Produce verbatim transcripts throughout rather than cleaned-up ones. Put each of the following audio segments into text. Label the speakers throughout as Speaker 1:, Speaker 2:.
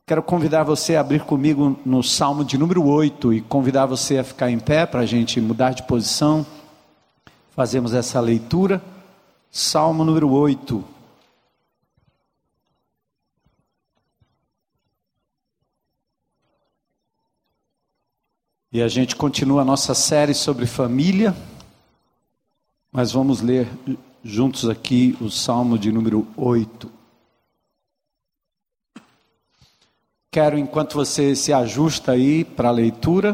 Speaker 1: Quero convidar você a abrir comigo no Salmo de número oito e convidar você a ficar em pé para a gente mudar de posição. Fazemos essa leitura. Salmo número oito. E a gente continua a nossa série sobre família, mas vamos ler juntos aqui o Salmo de número oito. Quero, enquanto você se ajusta aí para a leitura,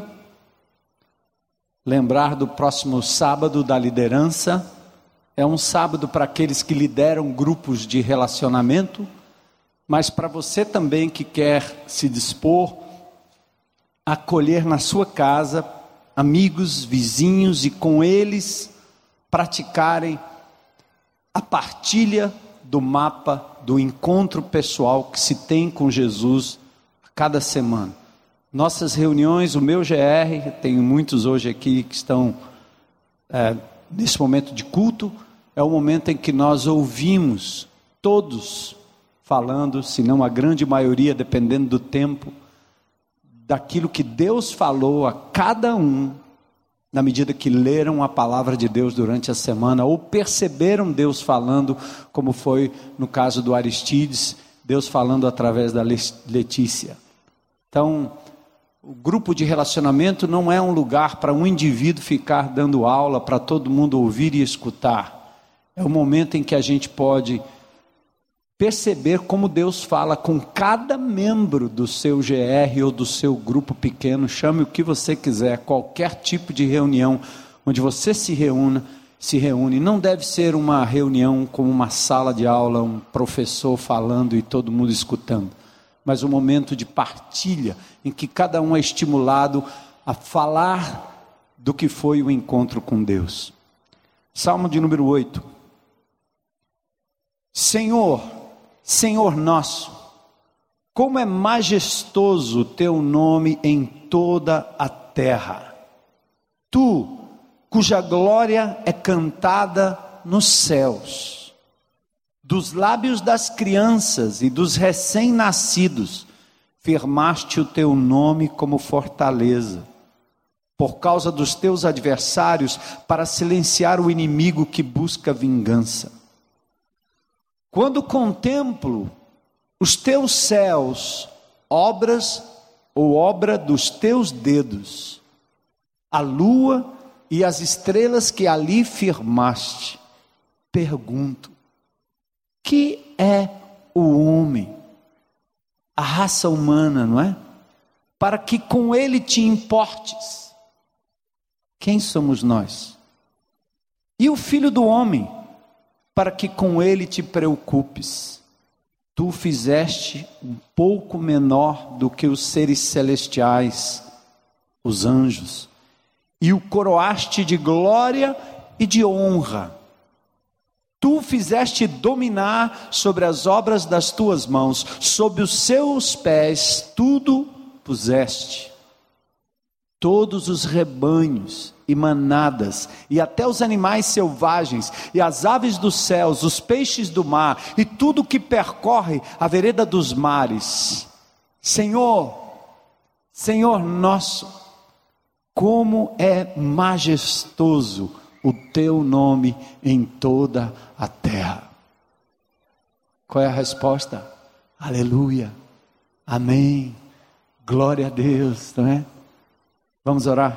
Speaker 1: lembrar do próximo sábado da liderança. É um sábado para aqueles que lideram grupos de relacionamento, mas para você também que quer se dispor a acolher na sua casa amigos, vizinhos e com eles praticarem a partilha do mapa do encontro pessoal que se tem com Jesus cada semana. Nossas reuniões, o meu G R, tenho muitos hoje aqui que estão é, nesse momento de culto, é o momento em que nós ouvimos todos falando, se não a grande maioria, dependendo do tempo, daquilo que Deus falou a cada um, na medida que leram a palavra de Deus durante a semana, ou perceberam Deus falando, como foi no caso do Aristides, Deus falando através da Letícia. Então, o grupo de relacionamento não é um lugar para um indivíduo ficar dando aula, para todo mundo ouvir e escutar. É o momento em que a gente pode perceber como Deus fala com cada membro do seu G R ou do seu grupo pequeno, chame o que você quiser, qualquer tipo de reunião onde você se reúna, se reúne. Não deve ser uma reunião como uma sala de aula, um professor falando e todo mundo escutando, mas um momento de partilha, em que cada um é estimulado a falar do que foi o encontro com Deus. Salmo de número oito. Senhor, Senhor nosso, como é majestoso o teu nome em toda a terra. Tu, cuja glória é cantada nos céus. Dos lábios das crianças e dos recém-nascidos, firmaste o teu nome como fortaleza, por causa dos teus adversários, para silenciar o inimigo que busca vingança. Quando contemplo os teus céus, obras ou obra dos teus dedos, a lua e as estrelas que ali firmaste, pergunto: que é o homem, a raça humana, não é? Para que com ele te importes. Quem somos nós? E o filho do homem, para que com ele te preocupes. Tu fizeste um pouco menor do que os seres celestiais, os anjos, e o coroaste de glória e de honra. Tu fizeste dominar sobre as obras das tuas mãos, sob os seus pés tudo puseste. Todos os rebanhos e manadas, e até os animais selvagens, e as aves dos céus, os peixes do mar, e tudo que percorre a vereda dos mares. Senhor, Senhor nosso, como é majestoso o teu nome em toda a terra. Qual é a resposta? Aleluia, amém, glória a Deus, não é? Vamos orar.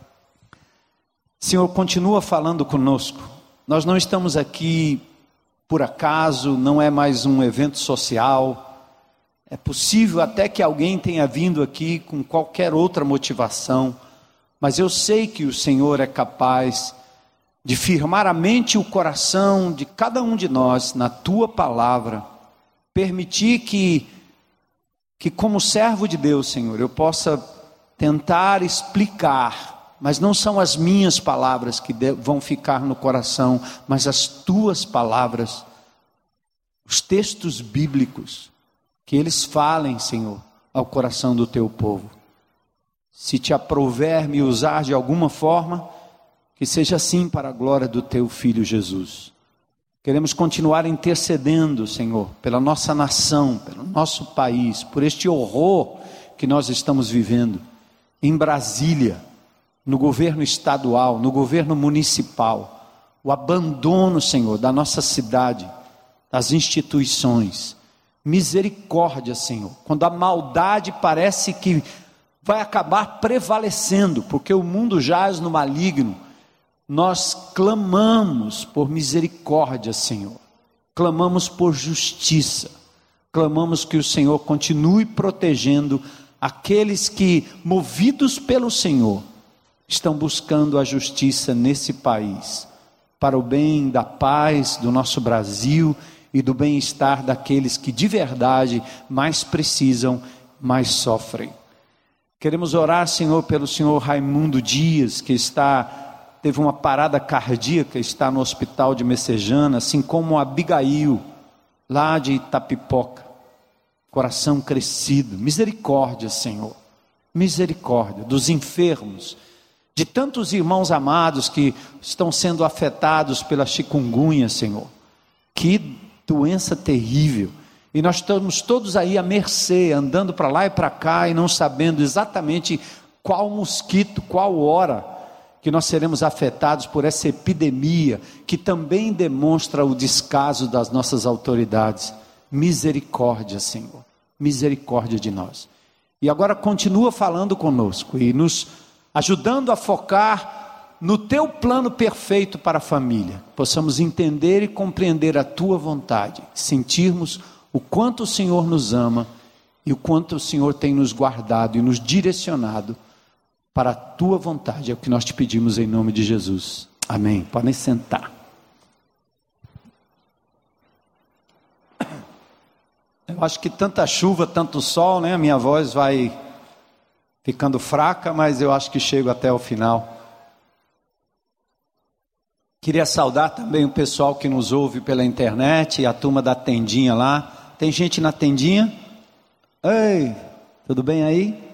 Speaker 1: Senhor, continua falando conosco. Nós não estamos aqui por acaso, não é mais um evento social. É possível até que alguém tenha vindo aqui com qualquer outra motivação, mas eu sei que o Senhor é capaz de firmar a mente e o coração de cada um de nós na tua palavra, permitir que, que como servo de Deus, Senhor, eu possa tentar explicar, mas não são as minhas palavras que vão ficar no coração, mas as tuas palavras, os textos bíblicos, que eles falem, Senhor, ao coração do teu povo. Se te aprouver me usar de alguma forma, que seja assim para a glória do teu Filho Jesus. Queremos continuar intercedendo, Senhor, pela nossa nação, pelo nosso país, por este horror que nós estamos vivendo em Brasília, no governo estadual, no governo municipal, o abandono, Senhor, da nossa cidade, das instituições. Misericórdia, Senhor, quando a maldade parece que vai acabar prevalecendo, porque o mundo jaz no maligno, nós clamamos por misericórdia, Senhor, clamamos por justiça, clamamos que o Senhor continue protegendo aqueles que, movidos pelo Senhor, estão buscando a justiça nesse país, para o bem da paz do nosso Brasil e do bem-estar daqueles que de verdade mais precisam, mais sofrem. Queremos orar, Senhor, pelo senhor Raimundo Dias, que está... teve uma parada cardíaca, está no hospital de Messejana, assim como a Abigail, lá de Itapipoca, coração crescido. Misericórdia, Senhor, misericórdia dos enfermos, de tantos irmãos amados que estão sendo afetados pela chikungunya, Senhor. Que doença terrível, e nós estamos todos aí à mercê, andando para lá e para cá, e não sabendo exatamente qual mosquito, qual hora, que nós seremos afetados por essa epidemia, que também demonstra o descaso das nossas autoridades. Misericórdia, Senhor, misericórdia de nós. E agora continua falando conosco, e nos ajudando a focar no teu plano perfeito para a família, possamos entender e compreender a tua vontade, sentirmos o quanto o Senhor nos ama, e o quanto o Senhor tem nos guardado e nos direcionado para a tua vontade. É o que nós te pedimos em nome de Jesus. Amém. Podem sentar. Eu acho que tanta chuva, tanto sol, né? A minha voz vai ficando fraca, mas eu acho que chego até o final. Queria saudar também o pessoal que nos ouve pela internet, a turma da tendinha lá. Tem gente na tendinha? Ei, tudo bem aí?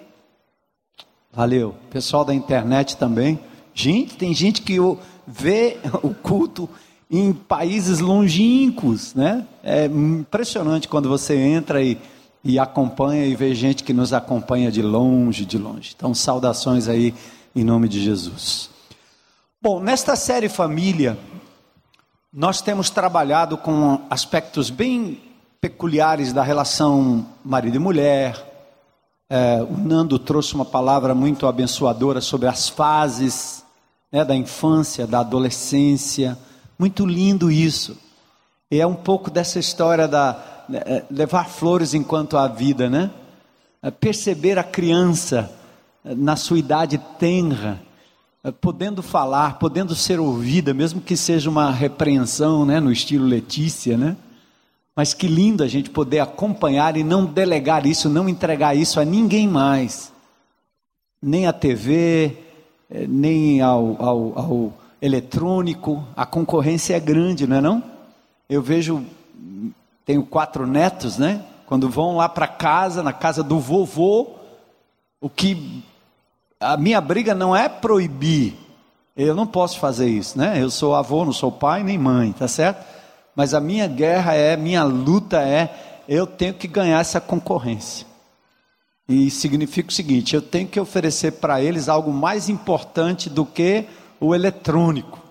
Speaker 1: Valeu, pessoal da internet também. Gente, tem gente que vê o culto em países longínquos, né? É impressionante quando você entra e, e acompanha e vê gente que nos acompanha de longe, de longe. Então, saudações aí em nome de Jesus. Bom, nesta série Família, nós temos trabalhado com aspectos bem peculiares da relação marido e mulher. É, o Nando trouxe uma palavra muito abençoadora sobre as fases, né, da infância, da adolescência. Muito lindo isso. E é um pouco dessa história da é, levar flores enquanto há vida, né? É, perceber a criança é, na sua idade tenra, é, podendo falar, podendo ser ouvida, mesmo que seja uma repreensão, né, no estilo Letícia, né? Mas que lindo a gente poder acompanhar e não delegar isso, não entregar isso a ninguém mais. Nem à T V, nem ao, ao, ao eletrônico. A concorrência é grande, não é não? Eu vejo, tenho quatro netos, né? Quando vão lá para casa, na casa do vovô, o que... A minha briga não é proibir. Eu não posso fazer isso, né? Eu sou avô, não sou pai nem mãe, tá certo? Mas a minha guerra é, minha luta é, eu tenho que ganhar essa concorrência. E significa o seguinte, eu tenho que oferecer para eles algo mais importante do que o eletrônico.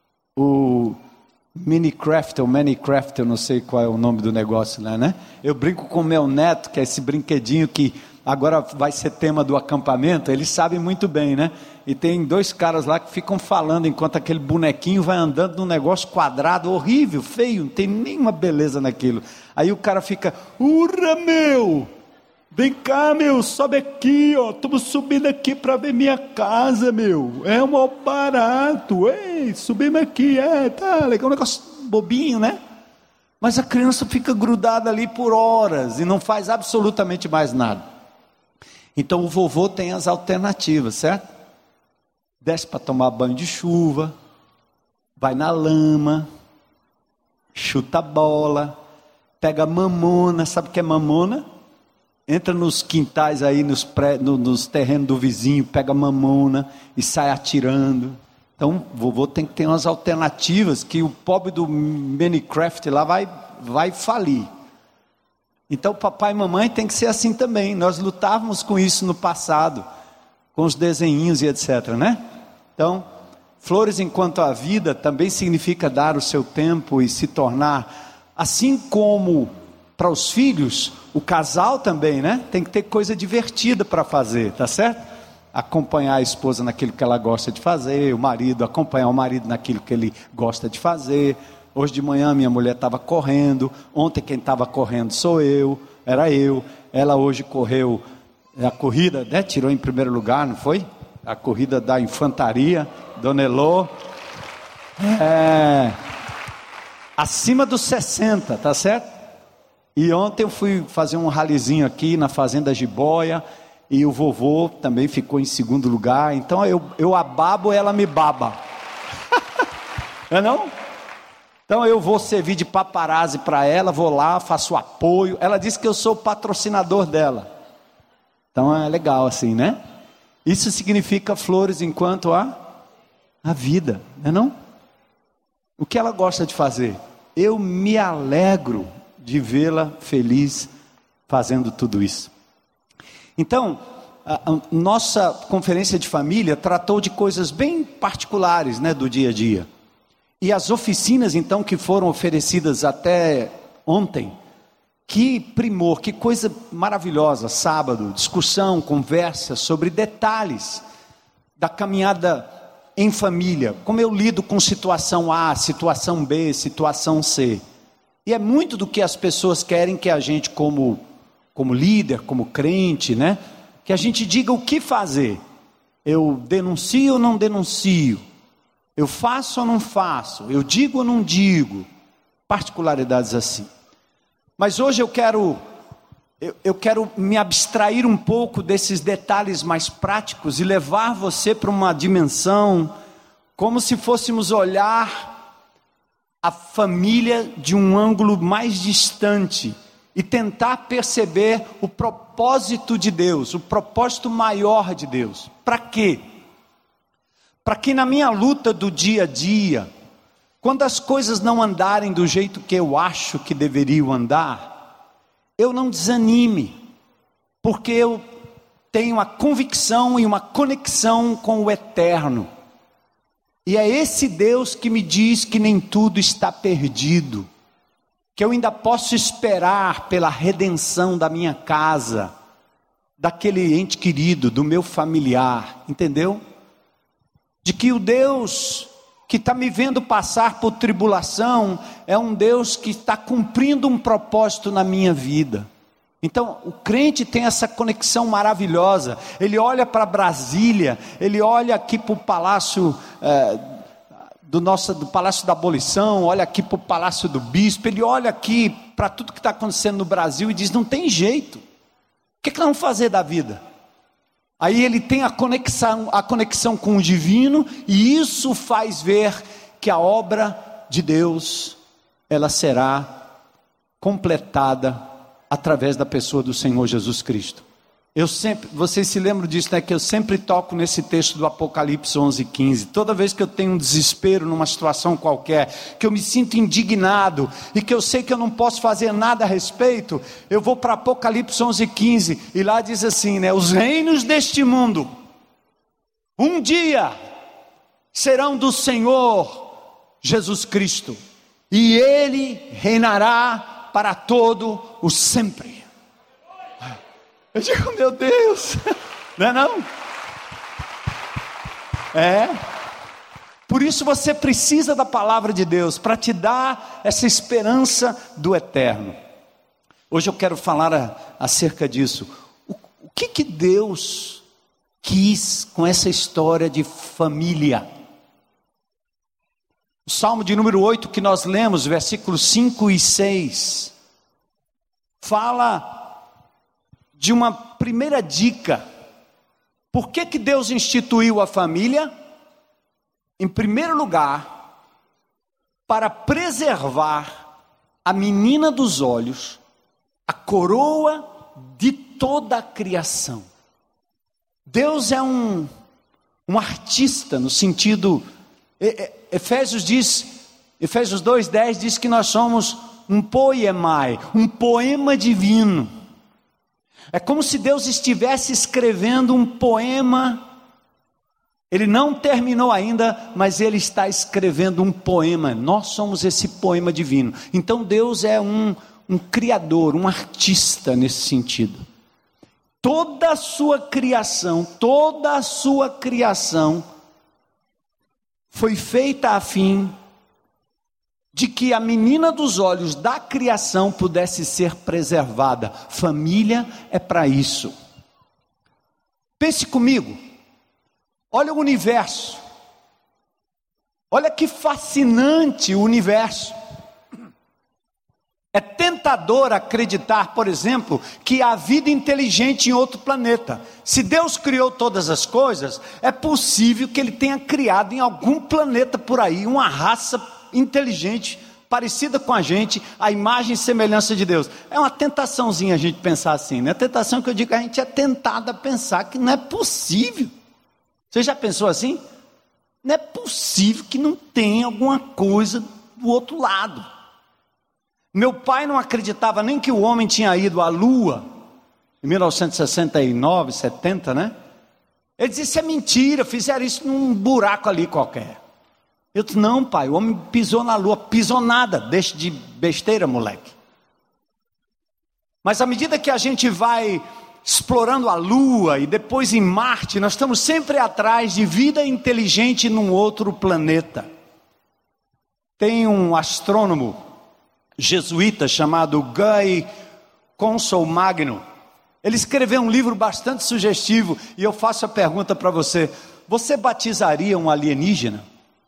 Speaker 1: O Minecraft, ou Minecraft, eu não sei qual é o nome do negócio lá, né? Eu brinco com o meu neto, que é esse brinquedinho que agora vai ser tema do acampamento, eles sabem muito bem, né? E tem dois caras lá que ficam falando enquanto aquele bonequinho vai andando num negócio quadrado, horrível, feio, não tem nenhuma beleza naquilo. Aí o cara fica, urra meu, vem cá meu, sobe aqui, ó, estamos subindo aqui para ver minha casa, meu, é um barato, ei, subimos aqui, é, tá legal, um negócio bobinho, né? Mas a criança fica grudada ali por horas e não faz absolutamente mais nada. Então o vovô tem as alternativas, certo? Desce para tomar banho de chuva, vai na lama, chuta a bola, pega mamona, sabe o que é mamona? Entra nos quintais aí, nos, pré, no, nos terrenos do vizinho, pega mamona e sai atirando. Então, vovô tem que ter umas alternativas que o pobre do Minecraft lá vai, vai falir. Então, papai e mamãe tem que ser assim também. Nós lutávamos com isso no passado, com os desenhinhos e etcétera, né? Então, flores enquanto a vida também significa dar o seu tempo e se tornar, assim como para os filhos, o casal também, né? Tem que ter coisa divertida para fazer, tá certo? Acompanhar a esposa naquilo que ela gosta de fazer, o marido, acompanhar o marido naquilo que ele gosta de fazer. Hoje de manhã minha mulher estava correndo, ontem quem estava correndo sou eu, era eu. Ela hoje correu a corrida, né? Tirou em primeiro lugar, não foi? A corrida da infantaria, Dona Elô. É, acima dos sessenta, tá certo? E ontem eu fui fazer um ralizinho aqui na Fazenda Jiboia, e o vovô também ficou em segundo lugar. Então eu, eu ababo, ela me baba. Não é não? Então eu vou servir de paparazzi para ela, vou lá, faço apoio. Ela disse que eu sou o patrocinador dela. Então é legal assim, né? Isso significa flores enquanto a, a vida, não é não? O que ela gosta de fazer? Eu me alegro de vê-la feliz fazendo tudo isso. Então, a, a nossa conferência de família tratou de coisas bem particulares, né, do dia a dia. E as oficinas, então, que foram oferecidas até ontem, que primor, que coisa maravilhosa, sábado, discussão, conversa sobre detalhes da caminhada em família, como eu lido com situação A, situação B, situação C. E é muito do que as pessoas querem que a gente, como, como líder, como crente, né, que a gente diga o que fazer. Eu denuncio ou não denuncio? Eu faço ou não faço? Eu digo ou não digo? Particularidades assim. Mas hoje eu quero, eu, eu quero me abstrair um pouco desses detalhes mais práticos e levar você para uma dimensão como se fôssemos olhar a família de um ângulo mais distante e tentar perceber o propósito de Deus, o propósito maior de Deus. Para quê? Para que na minha luta do dia a dia, quando as coisas não andarem do jeito que eu acho que deveriam andar, eu não desanime, porque eu tenho a convicção e uma conexão com o eterno. E é esse Deus que me diz que nem tudo está perdido, que eu ainda posso esperar pela redenção da minha casa, daquele ente querido, do meu familiar, entendeu? De que o Deus que está me vendo passar por tribulação é um Deus que está cumprindo um propósito na minha vida. Então o crente tem essa conexão maravilhosa. Ele olha para Brasília, ele olha aqui para o palácio é, do, nosso, do Palácio da Abolição, olha aqui para o Palácio do Bispo, ele olha aqui para tudo que está acontecendo no Brasil e diz, não tem jeito, o que, é que nós vamos fazer da vida? Aí ele tem a conexão, a conexão com o divino, e isso faz ver que a obra de Deus, ela será completada através da pessoa do Senhor Jesus Cristo. Eu sempre, vocês se lembram disso, né? Que eu sempre toco nesse texto do Apocalipse onze, quinze. Toda vez que eu tenho um desespero numa situação qualquer, que eu me sinto indignado, e que eu sei que eu não posso fazer nada a respeito, eu vou para Apocalipse onze, quinze, e lá diz assim, né? Os reinos deste mundo, um dia, serão do Senhor Jesus Cristo, e Ele reinará para todo o sempre. Eu digo, meu Deus, não é não? É, por isso você precisa da palavra de Deus, para te dar essa esperança do eterno. Hoje eu quero falar a, acerca disso. O, o que que Deus quis com essa história de família? O Salmo de número oito que nós lemos, versículos cinco e seis, fala de uma primeira dica. Por que que Deus instituiu a família? Em primeiro lugar, para preservar a menina dos olhos, a coroa de toda a criação. Deus é um, um artista no sentido Efésios diz, Efésios dois, dez diz que nós somos um poemai, um poema divino. É como se Deus estivesse escrevendo um poema. Ele não terminou ainda, mas Ele está escrevendo um poema. Nós somos esse poema divino. Então Deus é um, um criador, um artista nesse sentido. Toda a sua criação, toda a sua criação foi feita a fim de que a menina dos olhos da criação pudesse ser preservada. Família é para isso. Pense comigo. Olha o universo. Olha que fascinante o universo. É tentador acreditar, por exemplo, que há vida inteligente em outro planeta. Se Deus criou todas as coisas, é possível que Ele tenha criado em algum planeta por aí uma raça inteligente, parecida com a gente, a imagem e semelhança de Deus. É uma tentaçãozinha a gente pensar assim, né? A tentação que eu digo, a gente é tentado a pensar que não é possível. Você já pensou assim? Não é possível que não tenha alguma coisa do outro lado. Meu pai não acreditava nem que o homem tinha ido à lua, em mil novecentos e sessenta e nove, setenta, né? Ele disse, isso é mentira, fizeram isso num buraco ali qualquer. Eu disse, não pai, o homem pisou na lua. Pisou nada, deixa de besteira, moleque. Mas à medida que a gente vai explorando a lua e depois em Marte, nós estamos sempre atrás de vida inteligente num outro planeta. Tem um astrônomo jesuíta chamado Guy Consolmagno. Ele escreveu um livro bastante sugestivo e eu faço a pergunta para você: você batizaria um alienígena?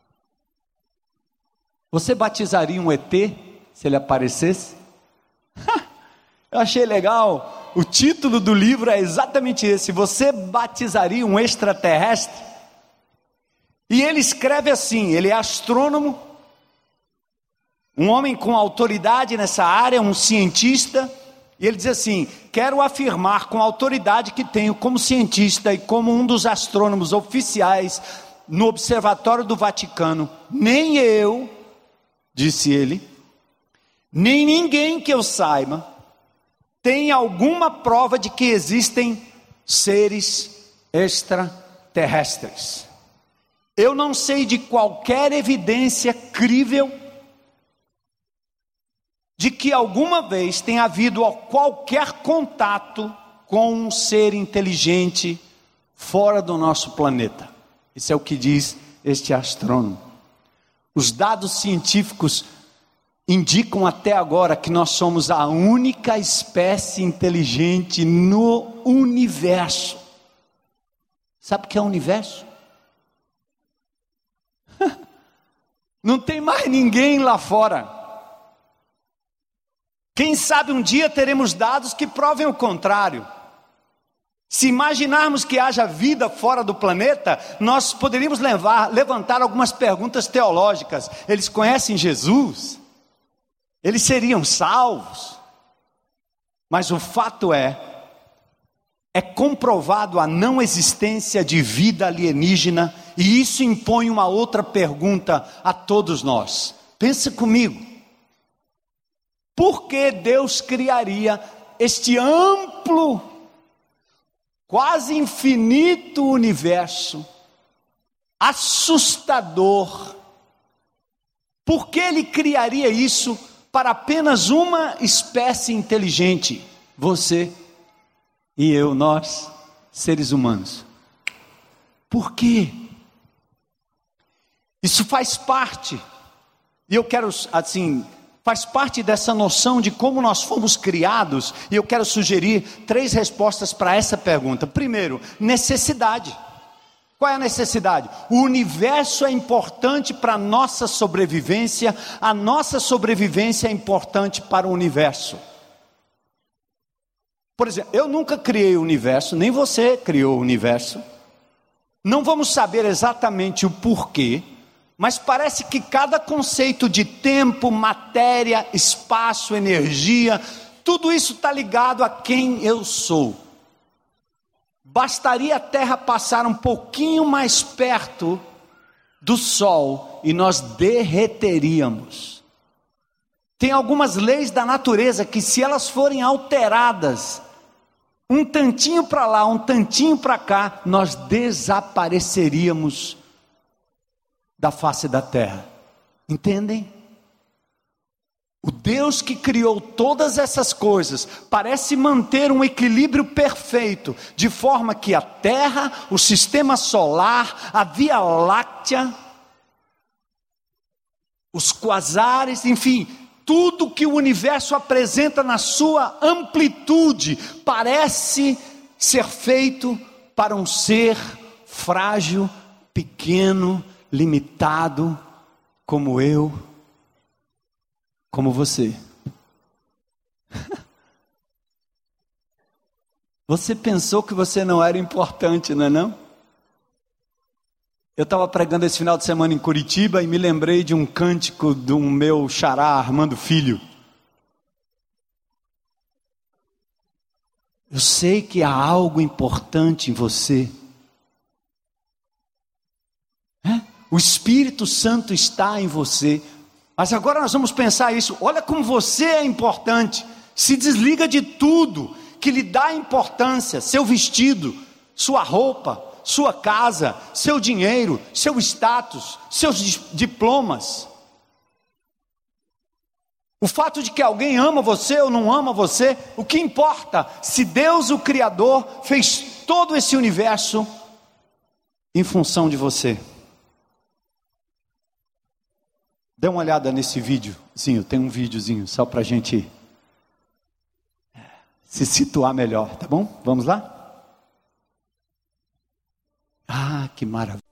Speaker 1: Você batizaria um E T se ele aparecesse? Eu achei legal. O título do livro é exatamente esse: você batizaria um extraterrestre? E ele escreve assim, ele é astrônomo, um homem com autoridade nessa área, um cientista, e ele diz assim: quero afirmar com a autoridade que tenho como cientista e como um dos astrônomos oficiais no Observatório do Vaticano, nem eu, disse ele, nem ninguém que eu saiba, tem alguma prova de que existem seres extraterrestres. Eu não sei de qualquer evidência crível de que alguma vez tenha havido qualquer contato com um ser inteligente fora do nosso planeta. Isso é o que diz este astrônomo. Os dados científicos indicam até agora que nós somos a única espécie inteligente no universo. Sabe o que é o universo? Não tem mais ninguém lá fora. Quem sabe um dia teremos dados que provem o contrário. Se imaginarmos que haja vida fora do planeta, nós poderíamos levar, levantar algumas perguntas teológicas. Eles conhecem Jesus? Eles seriam salvos? Mas o fato é, é comprovado a não existência de vida alienígena, e isso impõe uma outra pergunta a todos nós. Pensa comigo. Por que Deus criaria este amplo, quase infinito universo, assustador? Por que Ele criaria isso para apenas uma espécie inteligente? Você e eu, nós, seres humanos. Por quê? Isso faz parte, e eu quero assim... faz parte dessa noção de como nós fomos criados, e eu quero sugerir três respostas para essa pergunta. Primeiro, necessidade. Qual é a necessidade? O universo é importante para a nossa sobrevivência, a nossa sobrevivência é importante para o universo. Por exemplo, eu nunca criei o universo, nem você criou o universo. Não vamos saber exatamente o porquê, mas parece que cada conceito de tempo, matéria, espaço, energia, tudo isso está ligado a quem eu sou. Bastaria a Terra passar um pouquinho mais perto do sol e nós derreteríamos. Tem algumas leis da natureza que, se elas forem alteradas, um tantinho para lá, um tantinho para cá, nós desapareceríamos da face da terra. Entendem? O Deus que criou todas essas coisas parece manter um equilíbrio perfeito, de forma que a Terra, o sistema solar, a Via Láctea, os quasares, enfim, tudo que o universo apresenta na sua amplitude, parece ser feito para um ser frágil, pequeno, limitado, como eu, como você. Você pensou que você não era importante, não é não? Eu estava pregando esse final de semana em Curitiba e me lembrei de um cântico do meu xará Armando Filho. Eu sei que há algo importante em você. É? O Espírito Santo está em você. Mas agora nós vamos pensar isso. Olha como você é importante. Se desliga de tudo que lhe dá importância. Seu vestido, sua roupa, sua casa, seu dinheiro, seu status, seus diplomas. O fato de que alguém ama você ou não ama você, o que importa? Se Deus, o Criador, fez todo esse universo em função de você. Dê uma olhada nesse videozinho, tem um videozinho só para a gente se situar melhor, tá bom? Vamos lá? Ah, que maravilha.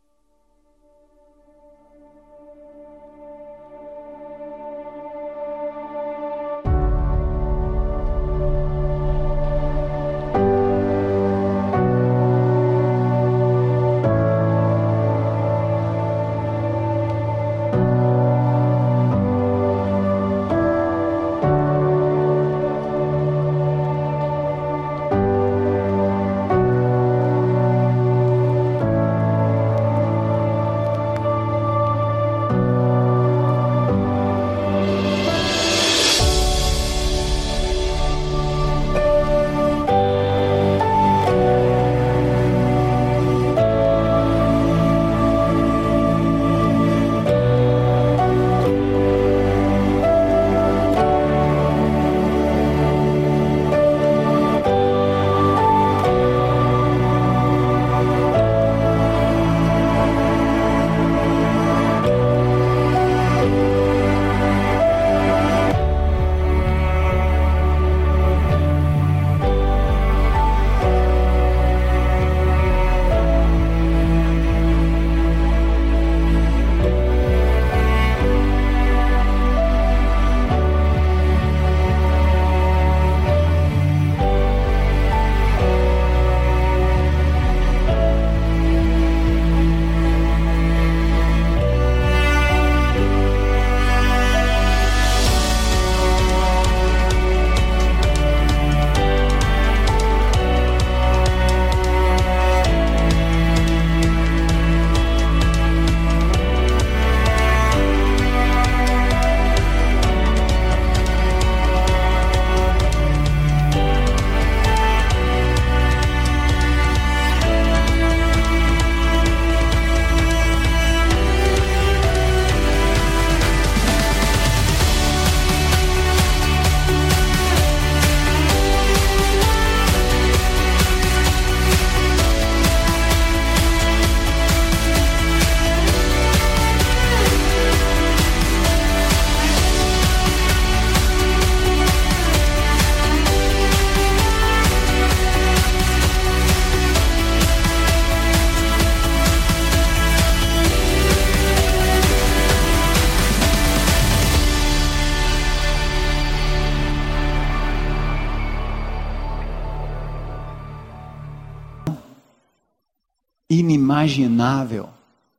Speaker 1: Inimaginável.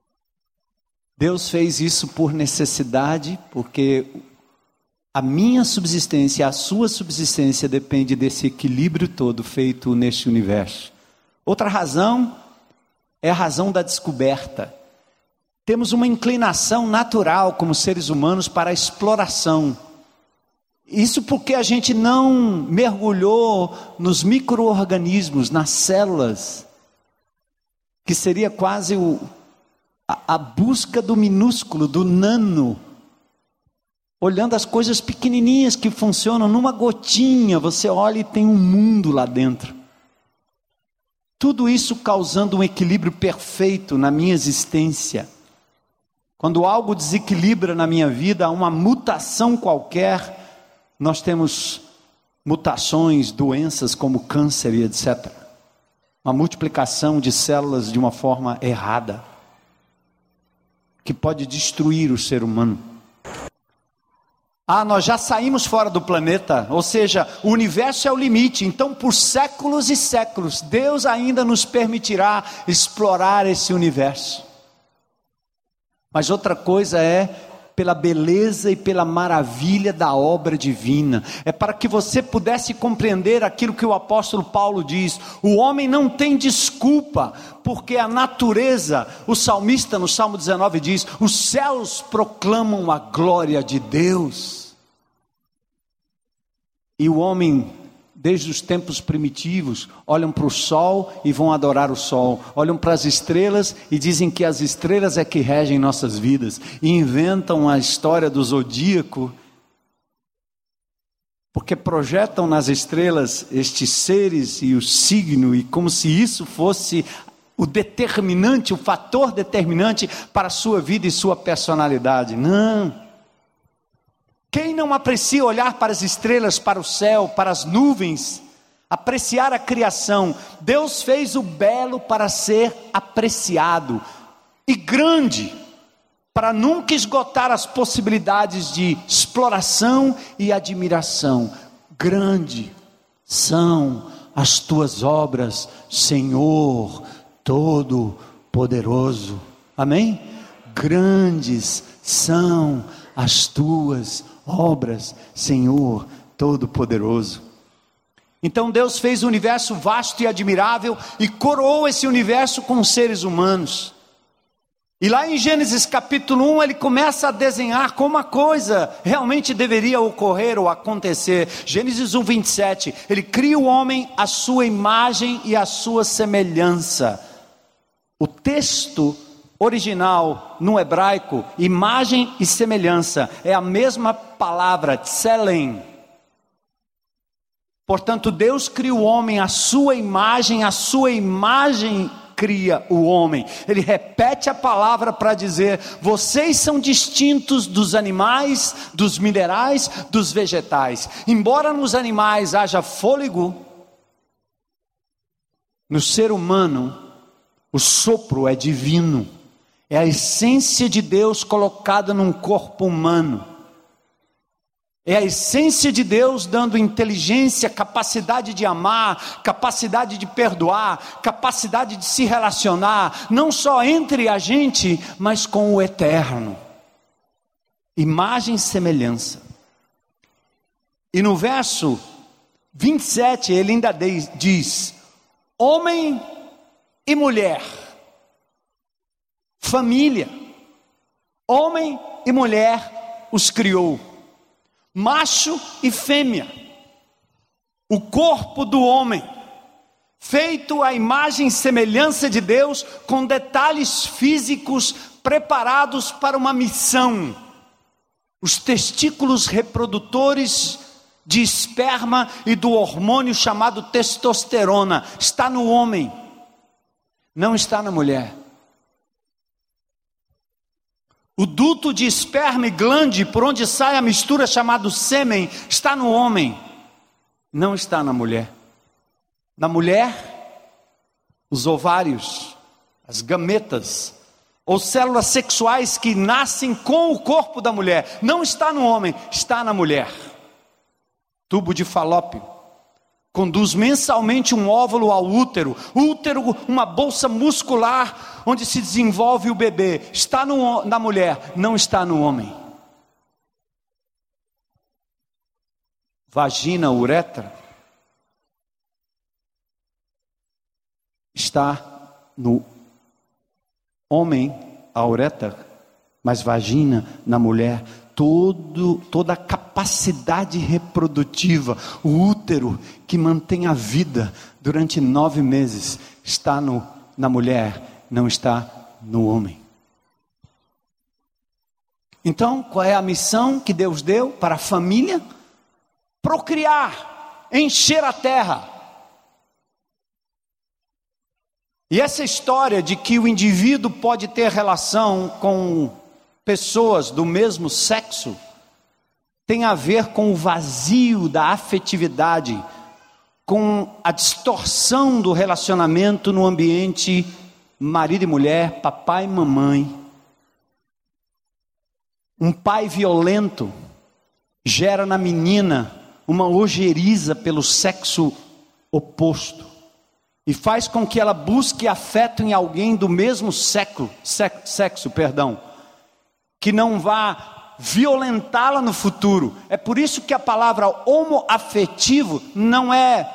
Speaker 1: Deus fez isso por necessidade, porque a minha subsistência, a sua subsistência depende desse equilíbrio todo feito neste universo. Outra razão é a razão da descoberta. temos uma inclinação natural como seres humanos para a exploração. Isso porque a gente não mergulhou nos micro-organismos, nas células, que seria quase o, a, a busca do minúsculo, do nano, olhando as coisas pequenininhas que funcionam numa gotinha, você olha e tem um mundo lá dentro. Tudo isso causando um equilíbrio perfeito na minha existência. Quando algo desequilibra na minha vida, há uma mutação qualquer, nós temos mutações, doenças como câncer e etcétera. Uma multiplicação de células de uma forma errada, que pode destruir o ser humano. Ah, nós já saímos fora do planeta, ou seja, o universo é o limite, então por séculos e séculos, Deus ainda nos permitirá explorar esse universo. Mas outra coisa é pela beleza e pela maravilha da obra divina, é para que você pudesse compreender aquilo que o apóstolo Paulo diz, o homem não tem desculpa, porque a natureza, o salmista no Salmo dezenove diz, os céus proclamam a glória de Deus, e o homem, desde os tempos primitivos, olham para o sol e vão adorar o sol, olham para as estrelas e dizem que as estrelas é que regem nossas vidas, e inventam a história do zodíaco, porque projetam nas estrelas estes seres e o signo, e como se isso fosse o determinante, o fator determinante para a sua vida e sua personalidade. Não. Quem não aprecia olhar para as estrelas, para o céu, para as nuvens, apreciar a criação? Deus fez o belo para ser apreciado, e grande, para nunca esgotar as possibilidades de exploração e admiração. Grande são as tuas obras, Senhor Todo-Poderoso. Amém? Grandes são as tuas obras, Senhor Todo-Poderoso. Então Deus fez o universo vasto e admirável e coroou esse universo com seres humanos. E lá em Gênesis capítulo um ele começa a desenhar como a coisa realmente deveria ocorrer ou acontecer. Gênesis um, vinte e sete, ele cria o homem à sua imagem e à sua semelhança. O texto original no hebraico, imagem e semelhança, é a mesma palavra, tselem. Portanto, Deus cria o homem à sua imagem, a sua imagem cria o homem. Ele repete a palavra para dizer, vocês são distintos dos animais, dos minerais, dos vegetais. Embora nos animais haja fôlego, no ser humano, o sopro é divino. É a essência de Deus colocada num corpo humano. É a essência de Deus dando inteligência, capacidade de amar, capacidade de perdoar, capacidade de se relacionar, não só entre a gente, mas com o eterno. Imagem e semelhança. E no verso vinte e sete ele ainda diz, homem e mulher. Família, homem e mulher os criou, macho e fêmea, o corpo do homem, feito à imagem e semelhança de Deus, com detalhes físicos preparados para uma missão. Os testículos reprodutores de esperma e do hormônio chamado testosterona, está no homem, não está na mulher. O duto de esperma e glande, por onde sai a mistura chamada sêmen, está no homem, não está na mulher. Na mulher, os ovários, as gametas, ou células sexuais que nascem com o corpo da mulher, não está no homem, está na mulher. Tubo de Falópio conduz mensalmente um óvulo ao útero. Útero, uma bolsa muscular onde se desenvolve o bebê. Está no, na mulher, não está no homem. Vagina, uretra, está no homem a uretra, mas vagina na mulher, todo, toda a capacidade reprodutiva, o útero que mantém a vida durante nove meses, está no, na mulher, não está no homem. Então, qual é a missão que Deus deu para a família? Procriar, encher a terra. E essa história de que o indivíduo pode ter relação com pessoas do mesmo sexo, tem a ver com o vazio da afetividade, com a distorção do relacionamento no ambiente marido e mulher, papai e mamãe. Um pai violento gera na menina uma ojeriza pelo sexo oposto e faz com que ela busque afeto em alguém do mesmo sexo, sexo, perdão, que não vá violentá-la no futuro. É por isso que a palavra homoafetivo não é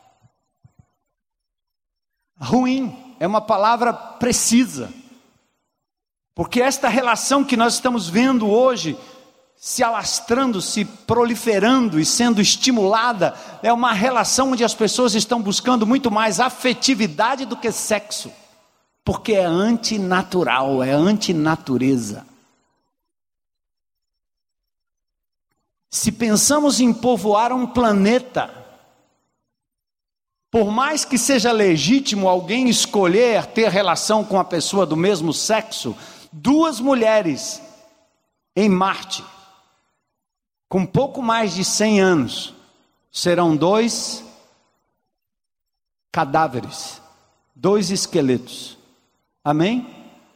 Speaker 1: ruim, é uma palavra precisa. Porque esta relação que nós estamos vendo hoje, se alastrando, se proliferando e sendo estimulada, é uma relação onde as pessoas estão buscando muito mais afetividade do que sexo. Porque é antinatural, é antinatureza. Se pensamos em povoar um planeta, por mais que seja legítimo alguém escolher ter relação com a pessoa do mesmo sexo, duas mulheres em Marte, com pouco mais de cem anos, serão dois cadáveres, dois esqueletos. Amém?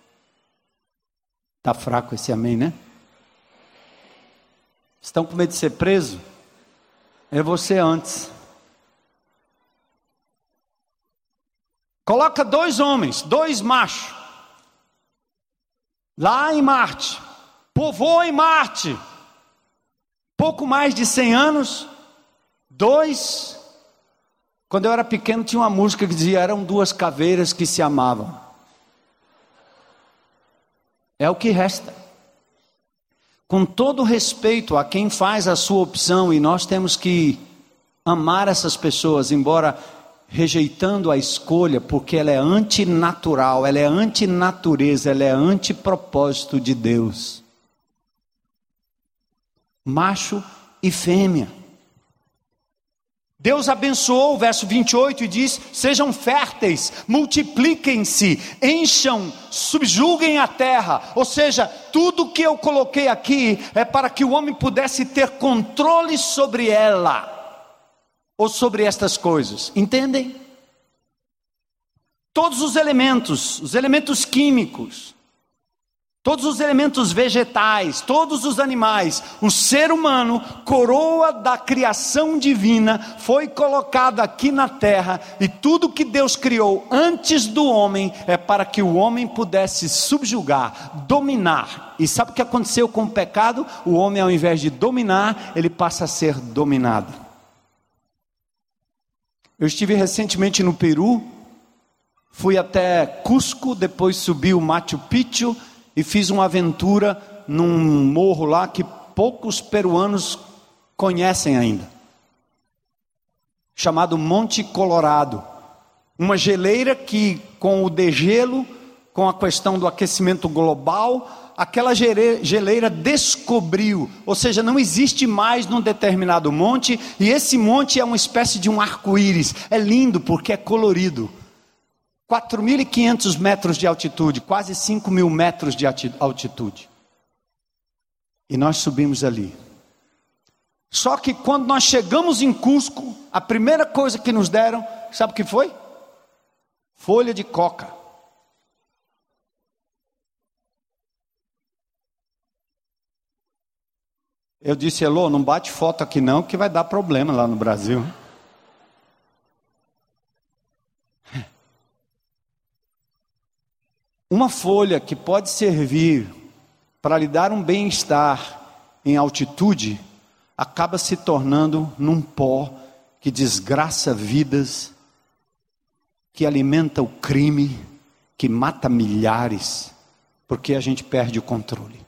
Speaker 1: Está fraco esse amém, né? Estão com medo de ser preso? É você antes. Coloca dois homens, dois machos, lá em Marte, povoa em Marte, pouco mais de cem anos, dois, quando eu era pequeno tinha uma música que dizia, eram duas caveiras que se amavam. É o que resta. Com todo respeito a quem faz a sua opção, e nós temos que amar essas pessoas, embora rejeitando a escolha, porque ela é antinatural, ela é antinatureza, ela é antipropósito de Deus. Macho e fêmea. Deus abençoou o verso vinte e oito e diz, sejam férteis, multipliquem-se, encham, subjuguem a terra. Ou seja, tudo que eu coloquei aqui é para que o homem pudesse ter controle sobre ela, ou sobre estas coisas, entendem? Todos os elementos, os elementos químicos, todos os elementos vegetais, todos os animais, o ser humano, coroa da criação divina, foi colocado aqui na terra, e tudo que Deus criou antes do homem, é para que o homem pudesse subjugar, dominar. E sabe o que aconteceu com o pecado? O homem, ao invés de dominar, ele passa a ser dominado. Eu estive recentemente no Peru, fui até Cusco, depois subi o Machu Picchu e fiz uma aventura num morro lá que poucos peruanos conhecem ainda, chamado Monte Colorado. Uma geleira que, com o degelo, com a questão do aquecimento global, aquela geleira descobriu, ou seja, não existe mais num determinado monte, e esse monte é uma espécie de um arco-íris. É lindo porque é colorido. quatro mil e quinhentos metros de altitude, quase cinco mil metros de altitude. E nós subimos ali. Só que quando nós chegamos em Cusco, a primeira coisa que nos deram, sabe o que foi? Folha de coca. Eu disse, Elô, não bate foto aqui não, que vai dar problema lá no Brasil. Uma folha que pode servir para lhe dar um bem-estar em altitude, acaba se tornando num pó que desgraça vidas, que alimenta o crime, que mata milhares, Porque a gente perde o controle.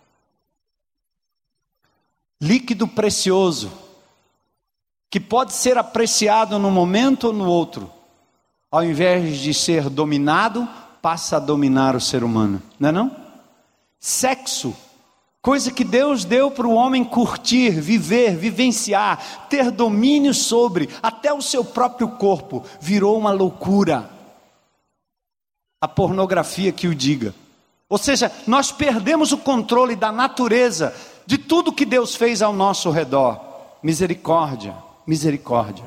Speaker 1: Líquido precioso, que pode ser apreciado num momento ou no outro, ao invés de ser dominado, passa a dominar o ser humano, não é não? Sexo, coisa que Deus deu para o homem curtir, viver, vivenciar, ter domínio sobre, até o seu próprio corpo, virou uma loucura. A pornografia que o diga. Ou seja, nós perdemos o controle da natureza, de tudo que Deus fez ao nosso redor. Misericórdia, misericórdia.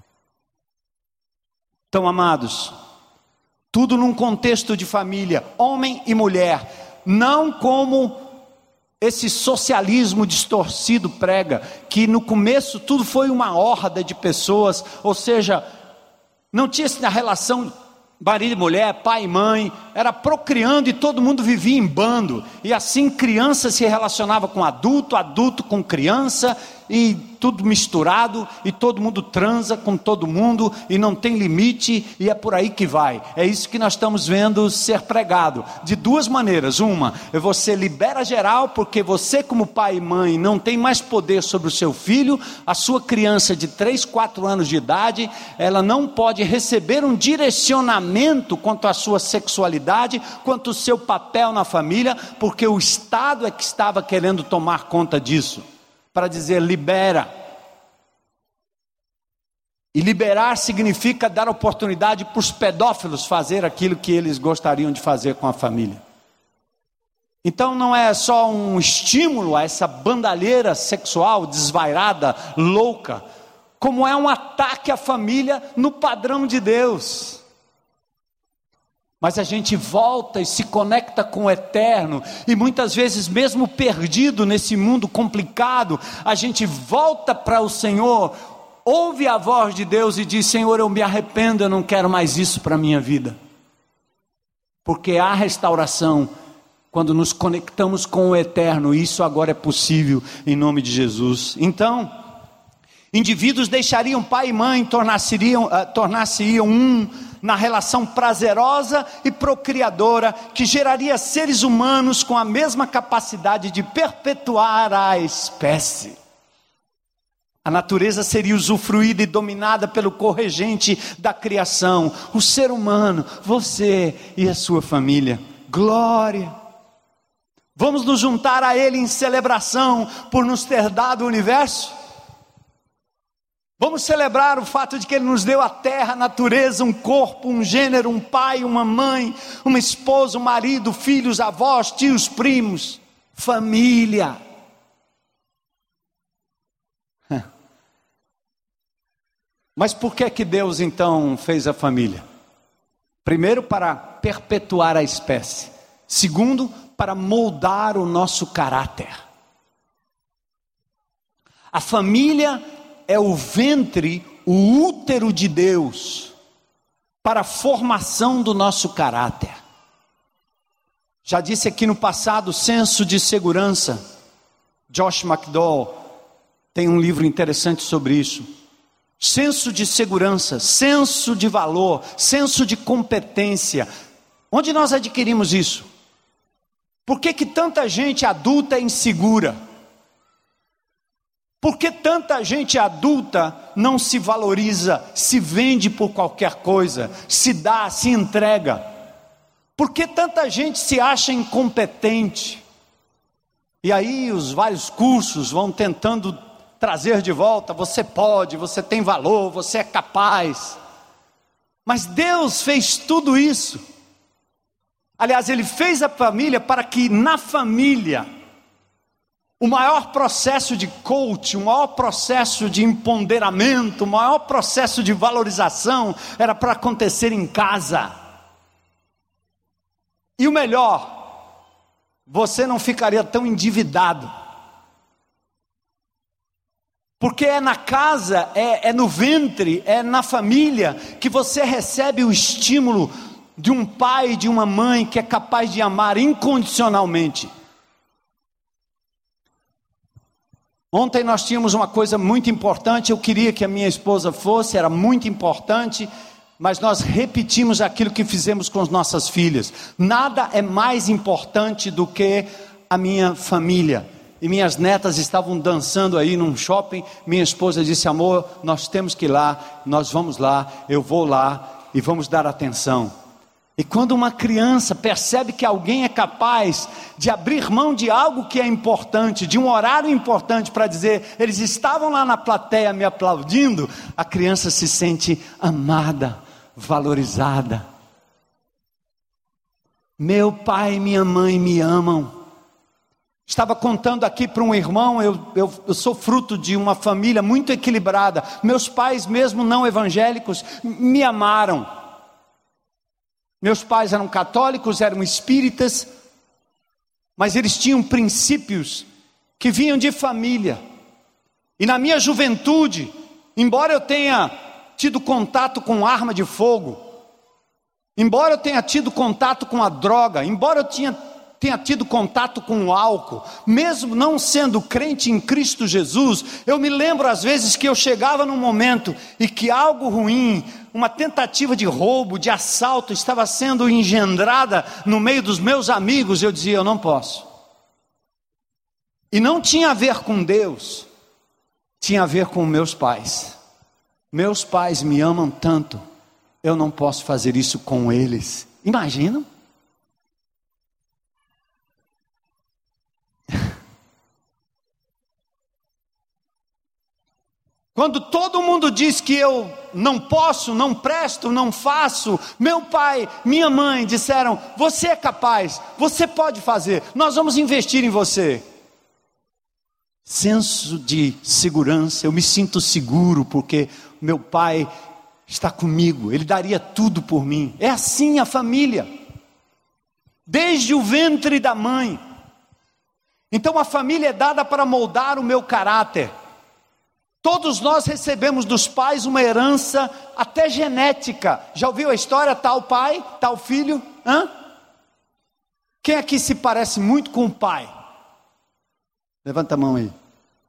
Speaker 1: Então, amados, tudo num contexto de família, homem e mulher, não como esse socialismo distorcido prega, que no começo tudo foi uma horda de pessoas, ou seja, não tinha essa relação marido e mulher, pai e mãe, era procriando e todo mundo vivia em bando, e assim criança se relacionava com adulto, adulto com criança, e tudo misturado, e todo mundo transa com todo mundo, e não tem limite, e é por aí que vai. É isso que nós estamos vendo ser pregado, de duas maneiras. Uma, você libera geral, porque você como pai e mãe não tem mais poder sobre o seu filho, a sua criança de três, quatro anos de idade, ela não pode receber um direcionamento quanto à sua sexualidade, quanto ao seu papel na família, porque o Estado é que estava querendo tomar conta disso, para dizer libera. E liberar significa dar oportunidade para os pedófilos fazer aquilo que eles gostariam de fazer com a família. Então não é só um estímulo a essa bandalheira sexual desvairada, louca, como é um ataque à família no padrão de Deus. Mas a gente volta e se conecta com o eterno, e muitas vezes mesmo perdido nesse mundo complicado, a gente volta para o Senhor, ouve a voz de Deus e diz: Senhor, eu me arrependo, eu não quero mais isso para a minha vida. Porque há restauração quando nos conectamos com o eterno, e isso agora é possível em nome de Jesus. Então, indivíduos deixariam pai e mãe, tornar-se-iam, uh, tornar-se-iam um na relação prazerosa e procriadora, que geraria seres humanos com a mesma capacidade de perpetuar a espécie. A natureza seria usufruída e dominada pelo corregente da criação, o ser humano, você e a sua família. Glória! Vamos nos juntar a Ele em celebração por nos ter dado o universo? Vamos celebrar o fato de que Ele nos deu a terra, a natureza, um corpo, um gênero, um pai, uma mãe, uma esposa, um marido, filhos, avós, tios, primos, família. Mas por que que Deus então fez a família? Primeiro, para perpetuar a espécie. Segundo, para moldar o nosso caráter. A família é o ventre, o útero de Deus, para a formação do nosso caráter. Já disse aqui no passado, senso de segurança. Josh McDowell tem um livro interessante sobre isso. Senso de segurança, senso de valor, senso de competência. Onde nós adquirimos isso? Por que que tanta gente adulta é insegura? Por que tanta gente adulta não se valoriza, se vende por qualquer coisa, se dá, se entrega? Por que tanta gente se acha incompetente? E aí os vários cursos vão tentando trazer de volta: você pode, você tem valor, você é capaz. Mas Deus fez tudo isso. Aliás, Ele fez a família para que na família o maior processo de coaching, o maior processo de empoderamento, o maior processo de valorização era para acontecer em casa. E o melhor, você não ficaria tão endividado. Porque é na casa, é, é no ventre, é na família que você recebe o estímulo de um pai e de uma mãe que é capaz de amar incondicionalmente. Ontem nós tínhamos uma coisa muito importante, eu queria que a minha esposa fosse, era muito importante, mas nós repetimos aquilo que fizemos com as nossas filhas. Nada é mais importante do que a minha família. E minhas netas estavam dançando aí num shopping. Minha esposa disse: amor, nós temos que ir lá, nós vamos lá, eu vou lá e vamos dar atenção. E quando uma criança percebe que alguém é capaz de abrir mão de algo que é importante, de um horário importante, para dizer, eles estavam lá na plateia me aplaudindo, a criança se sente amada, valorizada. Meu pai e minha mãe me amam. Estava contando aqui para um irmão, eu, eu, eu sou fruto de uma família muito equilibrada. Meus pais, mesmo não evangélicos, me amaram. Meus pais eram católicos, eram espíritas, mas eles tinham princípios que vinham de família. E na minha juventude, embora eu tenha tido contato com arma de fogo, embora eu tenha tido contato com a droga, embora eu tinha, tenha tido contato com o álcool, mesmo não sendo crente em Cristo Jesus, eu me lembro às vezes que eu chegava num momento e que algo ruim, uma tentativa de roubo, de assalto estava sendo engendrada no meio dos meus amigos. Eu dizia: eu não posso. E não tinha a ver com Deus, tinha a ver com meus pais. Meus pais me amam tanto, eu não posso fazer isso com eles. Imaginam? Quando todo mundo diz que eu não posso, não presto, não faço, meu pai, minha mãe disseram: você é capaz, você pode fazer, nós vamos investir em você. Senso de segurança, eu me sinto seguro porque meu pai está comigo, ele daria tudo por mim. É assim a família, desde o ventre da mãe. Então a família é dada para moldar o meu caráter. Todos nós recebemos dos pais uma herança até genética. Já ouviu a história? Tal pai, tal filho? Hã? Quem aqui se parece muito com o pai? Levanta a mão aí.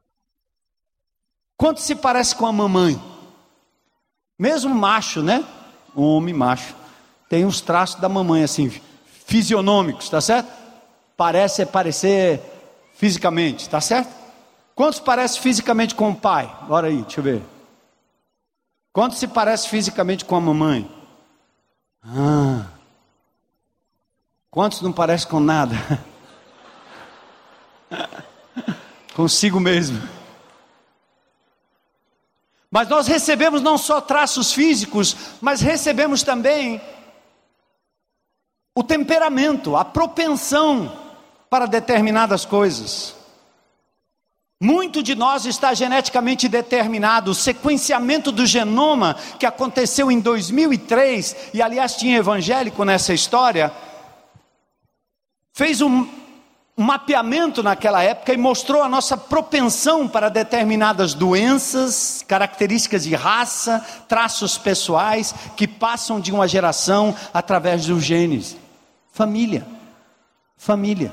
Speaker 1: Quanto se parece com a mamãe? Mesmo macho, né? Um homem macho tem os traços da mamãe assim, fisionômicos, tá certo? Parece parecer fisicamente, tá certo? Quantos parece fisicamente com o pai? Bora aí, deixa eu ver. Quantos se parece fisicamente com a mamãe? Ah. Quantos não parece com nada? Consigo mesmo. Mas nós recebemos não só traços físicos, mas recebemos também o temperamento, a propensão para determinadas coisas. Muito de nós está geneticamente determinado. O sequenciamento do genoma que aconteceu em dois mil e três, e aliás tinha evangélico nessa história, fez um, um mapeamento naquela época e mostrou a nossa propensão para determinadas doenças, características de raça, traços pessoais que passam de uma geração através dos genes. Família, família.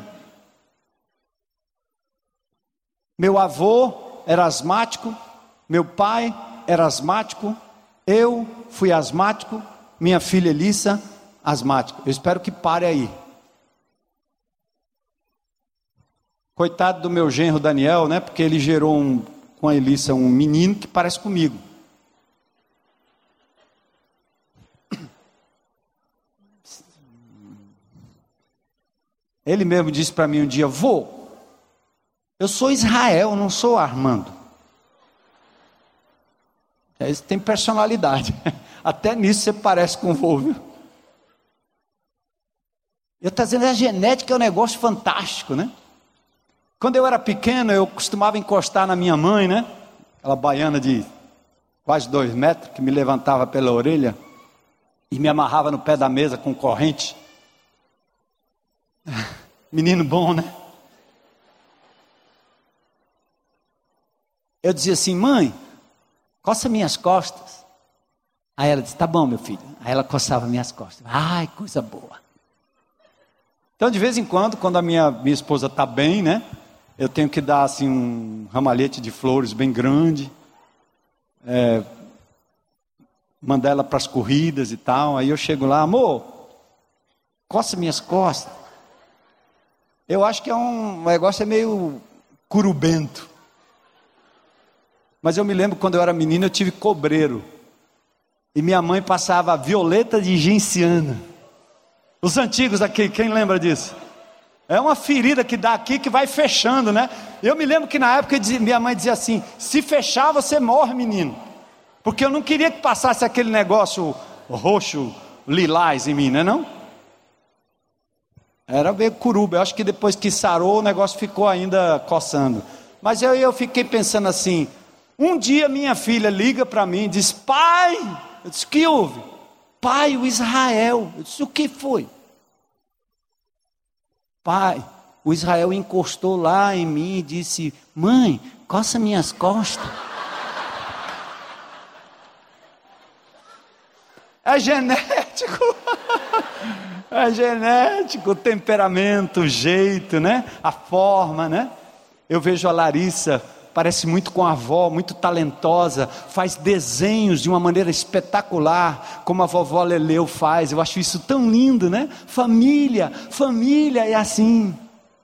Speaker 1: Meu avô era asmático, meu pai era asmático, eu fui asmático, minha filha Elissa, asmático. Eu espero que pare aí. Coitado do meu genro Daniel, né? Porque ele gerou um, com a Elissa um menino que parece comigo. Ele mesmo disse para mim um dia: vô, eu sou Israel, não sou Armando. Eles têm personalidade. Até nisso você parece com o vô, viu? Eu estou dizendo, a genética é um negócio fantástico, né? Quando eu era pequeno, eu costumava encostar na minha mãe, né? Aquela baiana de quase dois metros, que me levantava pela orelha e me amarrava no pé da mesa com corrente. Menino bom, né? Eu dizia assim: mãe, coça minhas costas. Aí ela disse: tá bom, meu filho. Aí ela coçava minhas costas. Ai, coisa boa. Então, de vez em quando, quando a minha, minha esposa está bem, né? Eu tenho que dar assim um ramalhete de flores bem grande. É, mandar ela para as corridas e tal. Aí eu chego lá, amor, coça minhas costas. Eu acho que é um negócio é meio curubento. Mas eu me lembro quando eu era menino, eu tive cobreiro. E minha mãe passava violeta de genciana. Os antigos aqui, quem lembra disso? É uma ferida que dá aqui que vai fechando, né? Eu me lembro que na época minha mãe dizia assim: se fechar você morre, menino. Porque eu não queria que passasse aquele negócio roxo, lilás em mim, não é não? Era meio curuba. Eu acho que depois que sarou o negócio ficou ainda coçando. Mas eu, eu fiquei pensando assim, um dia minha filha liga para mim e diz: pai, eu disse: o que houve? Pai, o Israel. Eu disse: o que foi? Pai, o Israel encostou lá em mim e disse: mãe, coça minhas costas. É genético. É genético, o temperamento, o jeito, né? A forma, né? Eu vejo a Larissa, parece muito com a avó, muito talentosa, faz desenhos de uma maneira espetacular, como a vovó Leleu faz. Eu acho isso tão lindo, né? Família, família é assim.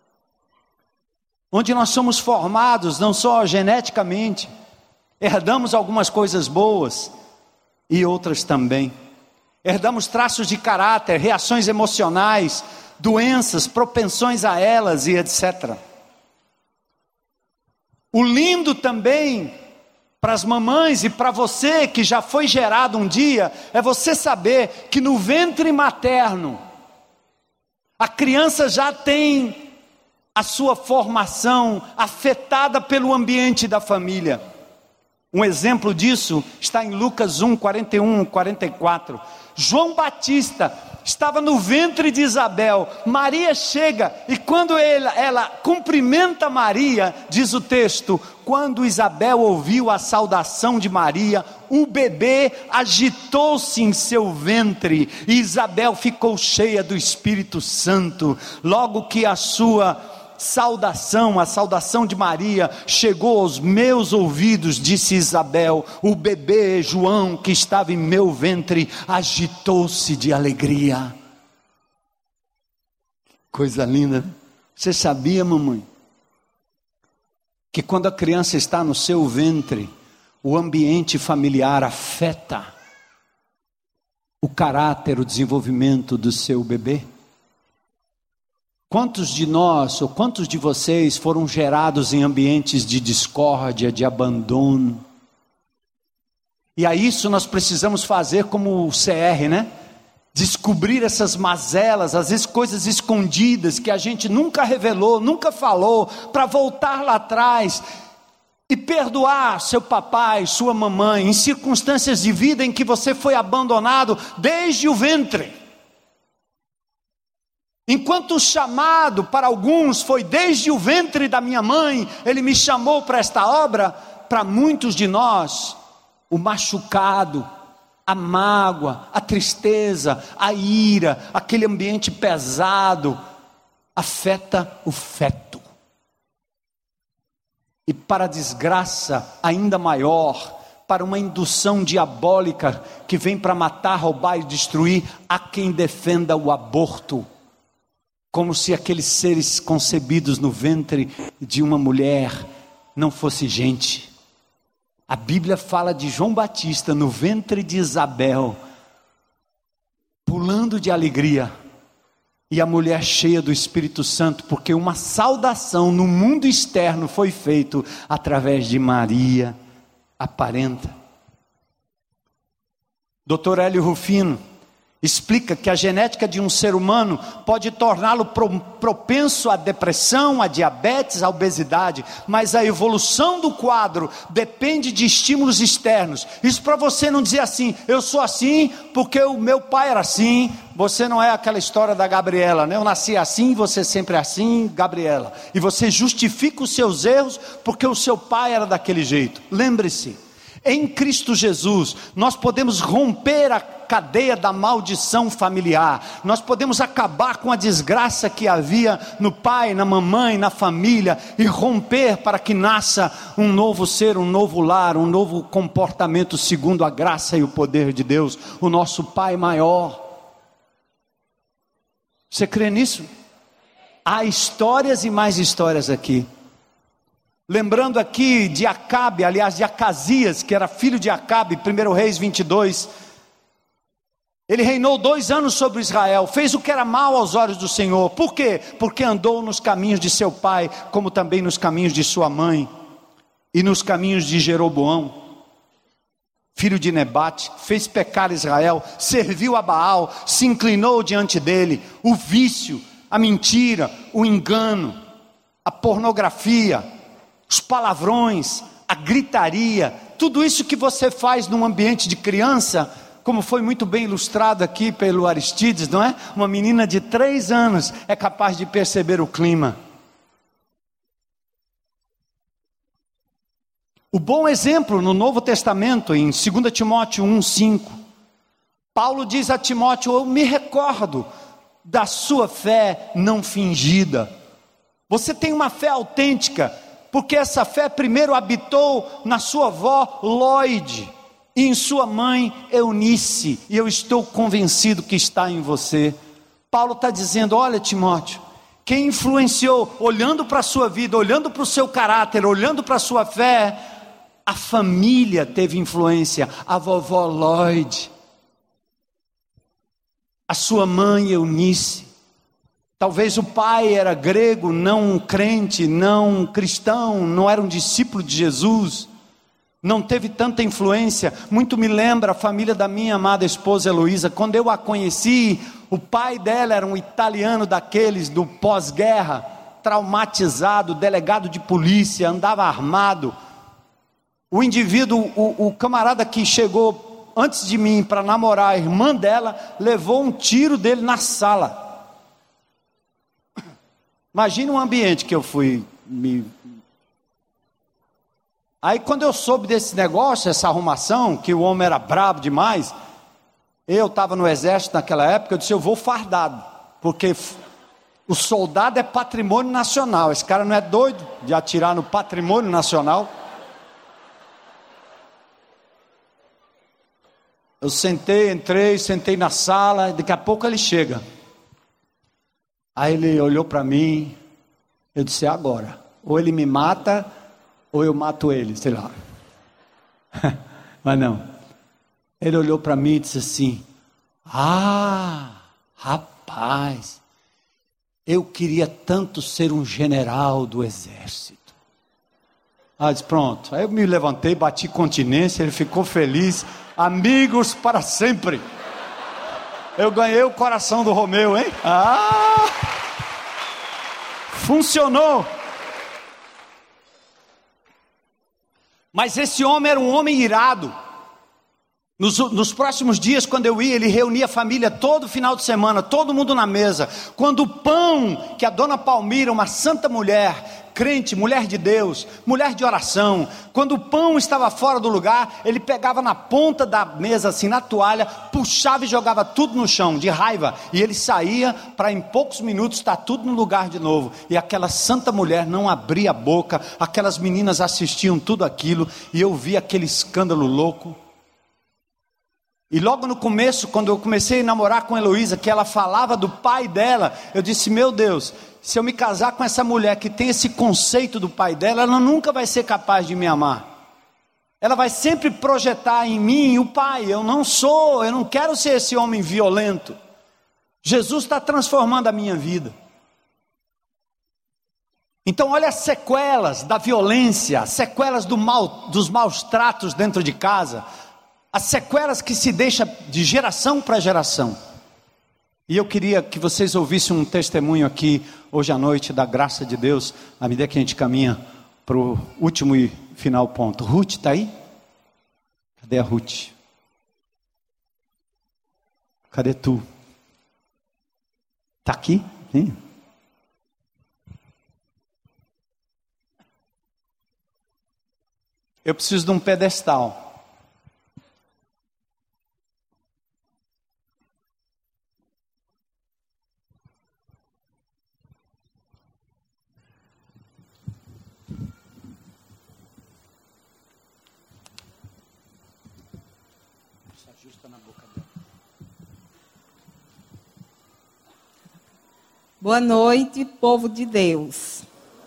Speaker 1: Onde nós somos formados, não só geneticamente, herdamos algumas coisas boas e outras também. Herdamos traços de caráter, reações emocionais, doenças, propensões a elas e etcétera. O lindo também para as mamães e para você que já foi gerado um dia, é você saber que no ventre materno, a criança já tem a sua formação afetada pelo ambiente da família. Um exemplo disso está em Lucas um, quarenta e um, quarenta e quatro. João Batista estava no ventre de Isabel. Maria chega e quando ela, ela cumprimenta Maria, diz o texto, quando Isabel ouviu a saudação de Maria, o bebê agitou-se em seu ventre e Isabel ficou cheia do Espírito Santo. Logo que a sua saudação, a saudação de Maria chegou aos meus ouvidos, disse Isabel, o bebê João que estava em meu ventre agitou-se de alegria. Coisa linda. Você sabia, mamãe, que quando a criança está no seu ventre, o ambiente familiar afeta o caráter, o desenvolvimento do seu bebê? Quantos de nós, ou quantos de vocês foram gerados em ambientes de discórdia, de abandono? E a isso nós precisamos fazer como o C R, né? Descobrir essas mazelas, às vezes coisas escondidas que a gente nunca revelou, nunca falou, para voltar lá atrás e perdoar seu papai, sua mamãe, em circunstâncias de vida em que você foi abandonado desde o ventre. Enquanto o chamado para alguns foi desde o ventre da minha mãe, ele me chamou para esta obra, para muitos de nós, o machucado, a mágoa, a tristeza, a ira, aquele ambiente pesado, afeta o feto. E para a desgraça ainda maior, para uma indução diabólica que vem para matar, roubar e destruir, há quem defenda o aborto. Como se aqueles seres concebidos no ventre de uma mulher não fosse gente. A Bíblia fala de João Batista no ventre de Isabel, pulando de alegria, e a mulher cheia do Espírito Santo, porque uma saudação no mundo externo foi feita através de Maria, a parenta. doutor Hélio Rufino explica que a genética de um ser humano pode torná-lo propenso à depressão, à diabetes, à obesidade, mas a evolução do quadro depende de estímulos externos. Isso para você não dizer assim, eu sou assim porque o meu pai era assim. Você não é aquela história da Gabriela, né? Eu nasci assim, você sempre é assim, Gabriela. E você justifica os seus erros porque o seu pai era daquele jeito. Lembre-se, Em Cristo Jesus, nós podemos romper a cadeia da maldição familiar, nós podemos acabar com a desgraça que havia no pai, na mamãe, na família, e romper para que nasça um novo ser, um novo lar, um novo comportamento segundo a graça e o poder de Deus, o nosso Pai maior. Você crê nisso? Há histórias e mais histórias aqui. Lembrando aqui de Acabe, aliás de Acasias, que era filho de Acabe, primeiro Reis vinte e dois. Ele reinou dois anos sobre Israel, fez o que era mal aos olhos do Senhor. Por quê? Porque andou nos caminhos de seu pai, como também nos caminhos de sua mãe, e nos caminhos de Jeroboão, filho de Nebate. Fez pecar Israel, serviu a Baal, se inclinou diante dele. O vício, a mentira, o engano, a pornografia, os palavrões, a gritaria, tudo isso que você faz num ambiente de criança, como foi muito bem ilustrado aqui pelo Aristides, não é? Uma menina de três anos é capaz de perceber o clima. O bom exemplo no Novo Testamento, em dois Timóteo um, cinco, Paulo diz a Timóteo: eu me recordo da sua fé não fingida. Você tem uma fé autêntica, porque essa fé primeiro habitou na sua avó Lloyd e em sua mãe Eunice, e eu estou convencido que está em você. Paulo está dizendo: olha Timóteo, quem influenciou, olhando para a sua vida, olhando para o seu caráter, olhando para a sua fé, a família teve influência, a vovó Lloyd, a sua mãe Eunice. Talvez o pai era grego, não crente, não cristão, não era um discípulo de Jesus, não teve tanta influência. Muito me lembra a família da minha amada esposa Heloísa. Quando eu a conheci, o pai dela era um italiano daqueles do pós-guerra, traumatizado, delegado de polícia, andava armado. O indivíduo, o, o camarada que chegou antes de mim para namorar a irmã dela, levou um tiro dele na sala. Imagina um ambiente que eu fui me... Aí quando eu soube desse negócio, essa arrumação, que o homem era brabo demais, eu estava no exército naquela época, eu disse: eu vou fardado, porque o soldado é patrimônio nacional, esse cara não é doido de atirar no patrimônio nacional. Eu sentei, entrei, sentei na sala, daqui a pouco ele chega. Aí ele olhou para mim, eu disse: agora, ou ele me mata, ou eu mato ele, sei lá. Mas não, ele olhou para mim e disse assim: ah, rapaz, eu queria tanto ser um general do exército. Ah, eu disse: pronto. Aí eu me levantei, bati continência, ele ficou feliz, amigos para sempre. Eu ganhei o coração do Romeu, hein? Ah! Funcionou. Mas esse homem era um homem irado. Nos, nos próximos dias, quando eu ia, ele reunia a família todo final de semana, todo mundo na mesa. Quando o pão que a dona Palmira, uma santa mulher, crente, mulher de Deus, mulher de oração, quando o pão estava fora do lugar, ele pegava na ponta da mesa, assim, na toalha, puxava e jogava tudo no chão, de raiva. E ele saía para em poucos minutos estar tudo no lugar de novo. E aquela santa mulher não abria a boca, aquelas meninas assistiam tudo aquilo, e eu via aquele escândalo louco. E logo no começo, quando eu comecei a namorar com a Heloísa, que ela falava do pai dela, eu disse: meu Deus, se eu me casar com essa mulher que tem esse conceito do pai dela, ela nunca vai ser capaz de me amar. Ela vai sempre projetar em mim o pai. Eu não sou, eu não quero ser esse homem violento. Jesus está transformando a minha vida. Então olha as sequelas da violência, as sequelas do mal, dos maus tratos dentro de casa, as sequelas que se deixa de geração para geração. E eu queria que vocês ouvissem um testemunho aqui hoje à noite da graça de Deus, à medida que a gente caminha para o último e final ponto. Ruth está aí? Cadê a Ruth? Cadê tu? Está aqui? Sim. Eu preciso de um pedestal. na boca dela.
Speaker 2: Boa noite, povo de Deus.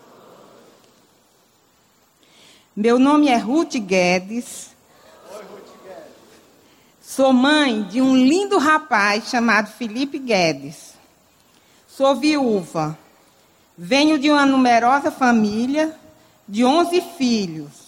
Speaker 2: Meu nome é Ruth Guedes.
Speaker 1: Oi, Ruth Guedes.
Speaker 2: Sou mãe de um lindo rapaz chamado Felipe Guedes. Sou viúva. Venho de uma numerosa família de onze filhos.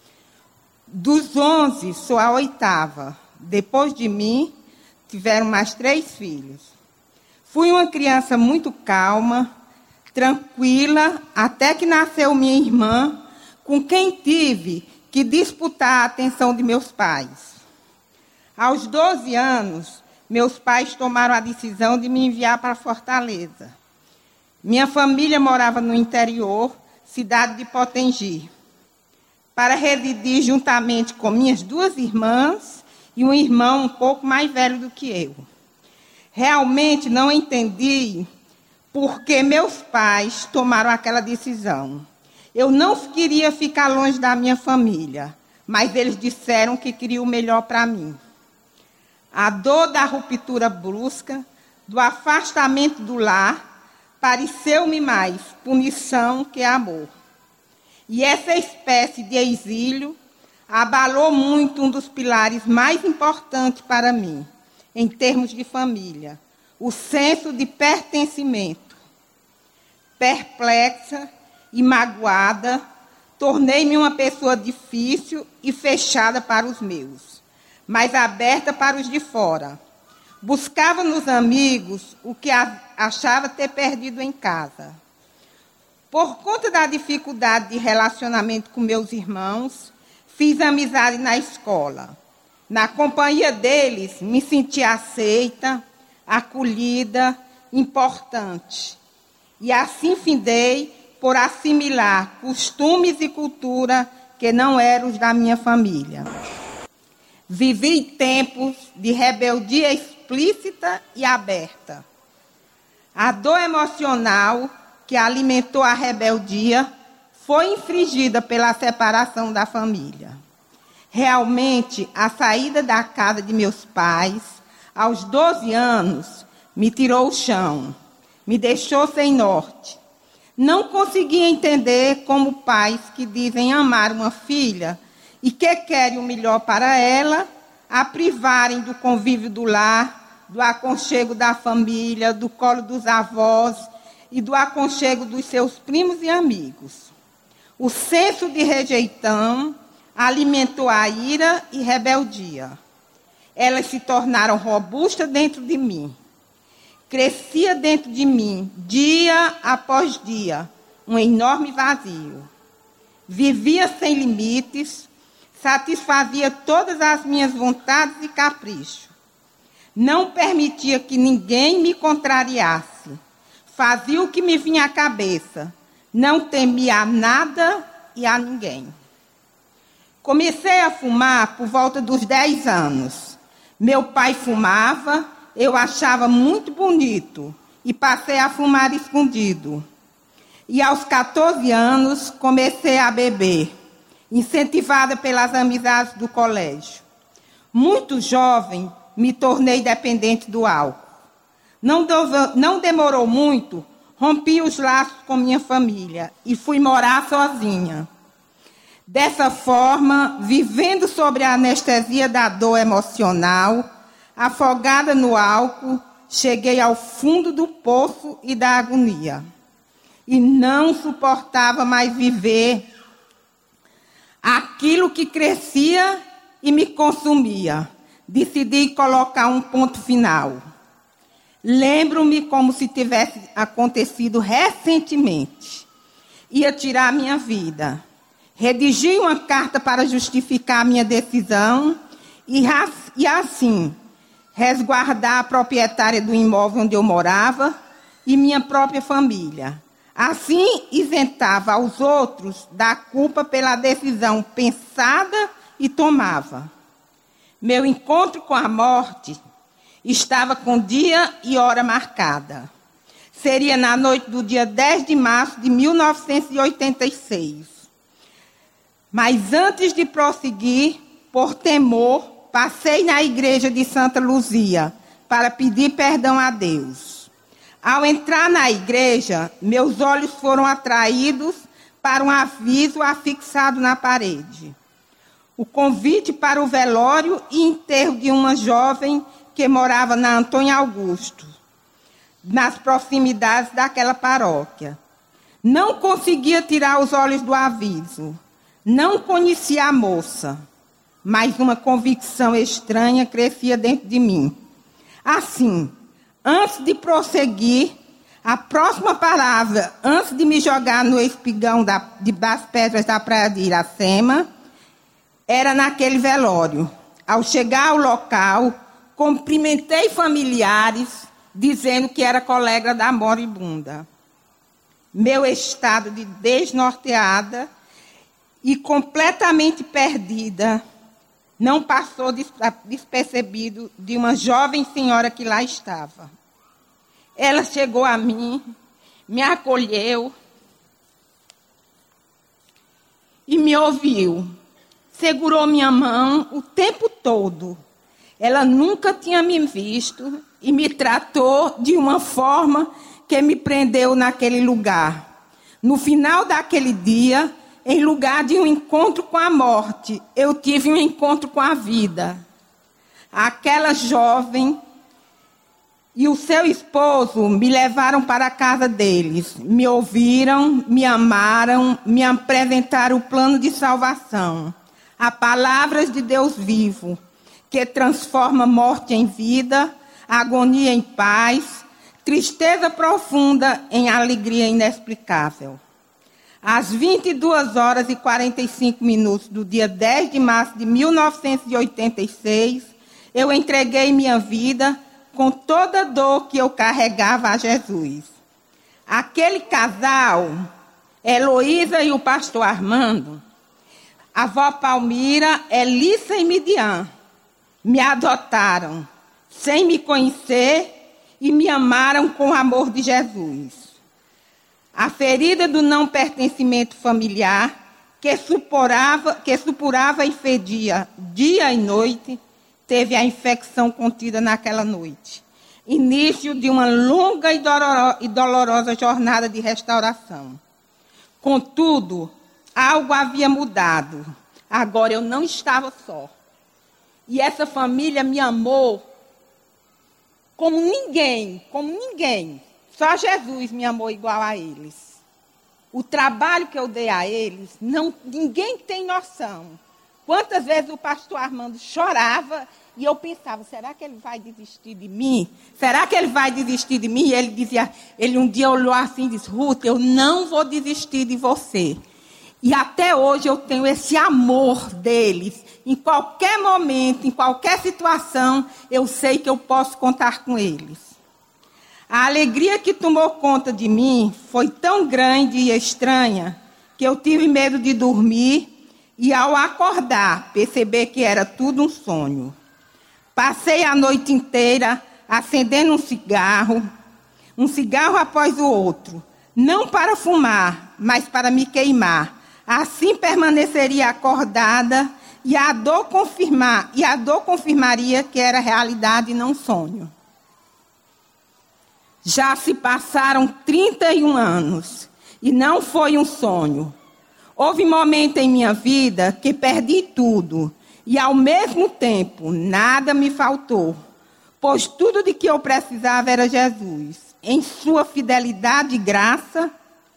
Speaker 2: Dos onze, sou a oitava. Depois de mim, tiveram mais três filhos. Fui uma criança muito calma, tranquila, até que nasceu minha irmã, com quem tive que disputar a atenção de meus pais. Aos doze anos, meus pais tomaram a decisão de me enviar para Fortaleza. Minha família morava no interior, cidade de Potengi, para residir juntamente com minhas duas irmãs e um irmão um pouco mais velho do que eu. Realmente não entendi por que meus pais tomaram aquela decisão. Eu não queria ficar longe da minha família, mas eles disseram que queriam o melhor para mim. A dor da ruptura brusca, do afastamento do lar, pareceu-me mais punição que amor. E essa espécie de exílio abalou muito um dos pilares mais importantes para mim, em termos de família, o senso de pertencimento. Perplexa e magoada, tornei-me uma pessoa difícil e fechada para os meus, mas aberta para os de fora. Buscava nos amigos o que achava ter perdido em casa. Por conta da dificuldade de relacionamento com meus irmãos, fiz amizade na escola. Na companhia deles, me senti aceita, acolhida, importante. E assim findei por assimilar costumes e cultura que não eram os da minha família. Vivi tempos de rebeldia explícita e aberta. A dor emocional que alimentou a rebeldia foi infligida pela separação da família. Realmente, a saída da casa de meus pais, aos doze anos, me tirou o chão, me deixou sem norte. Não conseguia entender como pais que dizem amar uma filha e que querem o melhor para ela, a privarem do convívio do lar, do aconchego da família, do colo dos avós e do aconchego dos seus primos e amigos. O senso de rejeição alimentou a ira e rebeldia. Elas se tornaram robustas dentro de mim. Crescia dentro de mim, dia após dia, um enorme vazio. Vivia sem limites, satisfazia todas as minhas vontades e caprichos. Não permitia que ninguém me contrariasse. Fazia o que me vinha à cabeça. Não temia a nada e a ninguém. Comecei a fumar por volta dos dez anos. Meu pai fumava, eu achava muito bonito e passei a fumar escondido. E aos catorze anos comecei a beber, incentivada pelas amizades do colégio. Muito jovem, me tornei dependente do álcool. Não, do, não demorou muito, rompi os laços com minha família e fui morar sozinha. Dessa forma, vivendo sobre a anestesia da dor emocional, afogada no álcool, cheguei ao fundo do poço e da agonia. E não suportava mais viver aquilo que crescia e me consumia. Decidi colocar um ponto final. Lembro-me como se tivesse acontecido recentemente. Ia tirar a minha vida. Redigi uma carta para justificar a minha decisão e, e assim, resguardar a proprietária do imóvel onde eu morava e minha própria família. Assim, isentava aos outros da culpa pela decisão pensada e tomava. Meu encontro com a morte estava com dia e hora marcada. Seria na noite do dia dez de março de mil novecentos e oitenta e seis. Mas antes de prosseguir, por temor, passei na igreja de Santa Luzia para pedir perdão a Deus. Ao entrar na igreja, meus olhos foram atraídos para um aviso afixado na parede. O convite para o velório e enterro de uma jovem que morava na Antônio Augusto, nas proximidades daquela paróquia. Não conseguia tirar os olhos do aviso. Não conhecia a moça, mas uma convicção estranha crescia dentro de mim. Assim, antes de prosseguir, a próxima palavra, antes de me jogar no espigão da, de, das pedras da praia de Iracema, era naquele velório. Ao chegar ao local, cumprimentei familiares, dizendo que era colega da moribunda. Meu estado de desnorteada e completamente perdida não passou despercebido de uma jovem senhora que lá estava. Ela chegou a mim, me acolheu e me ouviu. Segurou minha mão o tempo todo. Ela nunca tinha me visto e me tratou de uma forma que me prendeu naquele lugar. No final daquele dia, em lugar de um encontro com a morte, eu tive um encontro com a vida. Aquela jovem e o seu esposo me levaram para a casa deles. Me ouviram, me amaram, me apresentaram o plano de salvação. A palavra de Deus vivo, que transforma morte em vida, agonia em paz, tristeza profunda em alegria inexplicável. Às vinte e duas horas e quarenta e cinco minutos do dia dez de março de mil novecentos e oitenta e seis, eu entreguei minha vida com toda a dor que eu carregava a Jesus. Aquele casal, Heloísa e o pastor Armando, a avó Palmira, Elissa e Midian, me adotaram, sem me conhecer, e me amaram com o amor de Jesus. A ferida do não pertencimento familiar, que supurava, que supurava e fedia dia e noite, teve a infecção contida naquela noite. Início de uma longa e dolorosa jornada de restauração. Contudo, algo havia mudado. Agora eu não estava só. E essa família me amou como ninguém, como ninguém. Só Jesus me amou igual a eles. O trabalho que eu dei a eles, não, ninguém tem noção. Quantas vezes o pastor Armando chorava e eu pensava, será que ele vai desistir de mim? Será que ele vai desistir de mim? E ele dizia, ele um dia olhou assim e disse, Ruth, eu não vou desistir de você. E até hoje eu tenho esse amor deles. Em qualquer momento, em qualquer situação, eu sei que eu posso contar com eles. A alegria que tomou conta de mim foi tão grande e estranha que eu tive medo de dormir e, ao acordar, perceber que era tudo um sonho. Passei a noite inteira acendendo um cigarro, um cigarro após o outro, não para fumar, mas para me queimar. Assim permaneceria acordada e a dor confirmar, e a dor confirmaria que era realidade e não sonho. Já se passaram trinta e um anos e não foi um sonho. Houve momento em minha vida que perdi tudo e, ao mesmo tempo, nada me faltou, pois tudo de que eu precisava era Jesus. Em sua fidelidade e graça,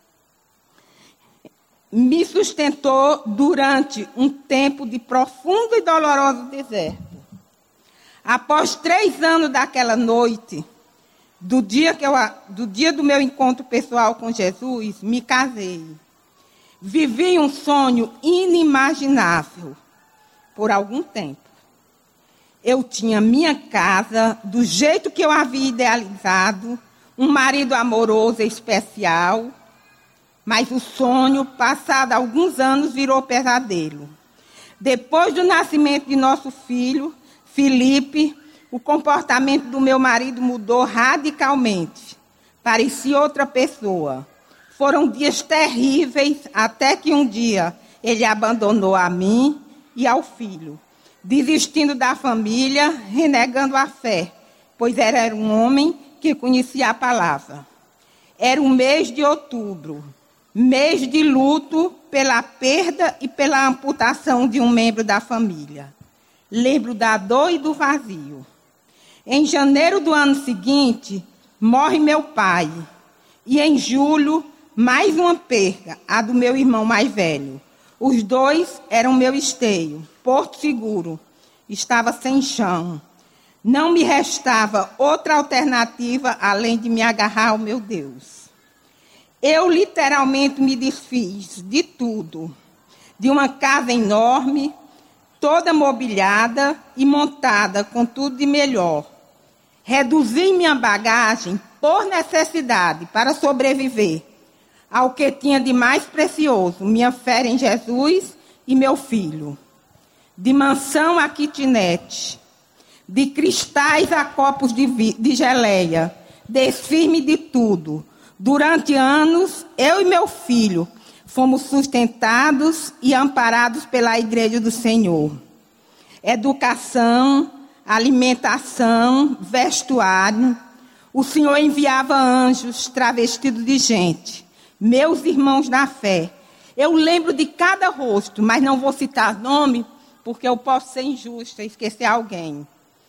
Speaker 2: me sustentou durante um tempo de profundo e doloroso deserto. Após três anos daquela noite, do dia, que eu, do dia do meu encontro pessoal com Jesus, me casei. Vivi um sonho inimaginável por algum tempo. Eu tinha minha casa do jeito que eu havia idealizado, um marido amoroso e especial, mas o sonho, passado alguns anos, virou pesadelo. Depois do nascimento de nosso filho, Felipe, o comportamento do meu marido mudou radicalmente. Parecia outra pessoa. Foram dias terríveis, até que um dia ele abandonou a mim e ao filho. desistindo da família, renegando a fé, pois era um homem que conhecia a palavra. Era o mês de outubro, mês de luto pela perda e pela amputação de um membro da família. Lembro da dor e do vazio. Em janeiro do ano seguinte, morre meu pai. E em julho, mais uma perda, a do meu irmão mais velho. Os dois eram meu esteio, porto seguro. Estava sem chão. Não me restava outra alternativa além de me agarrar ao meu Deus. Eu literalmente me desfiz de tudo. De uma casa enorme, toda mobiliada e montada com tudo de melhor. Reduzi minha bagagem por necessidade para sobreviver ao que tinha de mais precioso, minha fé em Jesus e meu filho. De mansão a kitnet, de cristais a copos de, vi- de geleia, desfiz-me de tudo. Durante anos, eu e meu filho fomos sustentados e amparados pela Igreja do Senhor. Educação, alimentação, vestuário. O Senhor enviava anjos travestidos de gente, meus irmãos na fé. Eu lembro de cada rosto, mas não vou citar nome, porque eu posso ser injusta e esquecer alguém.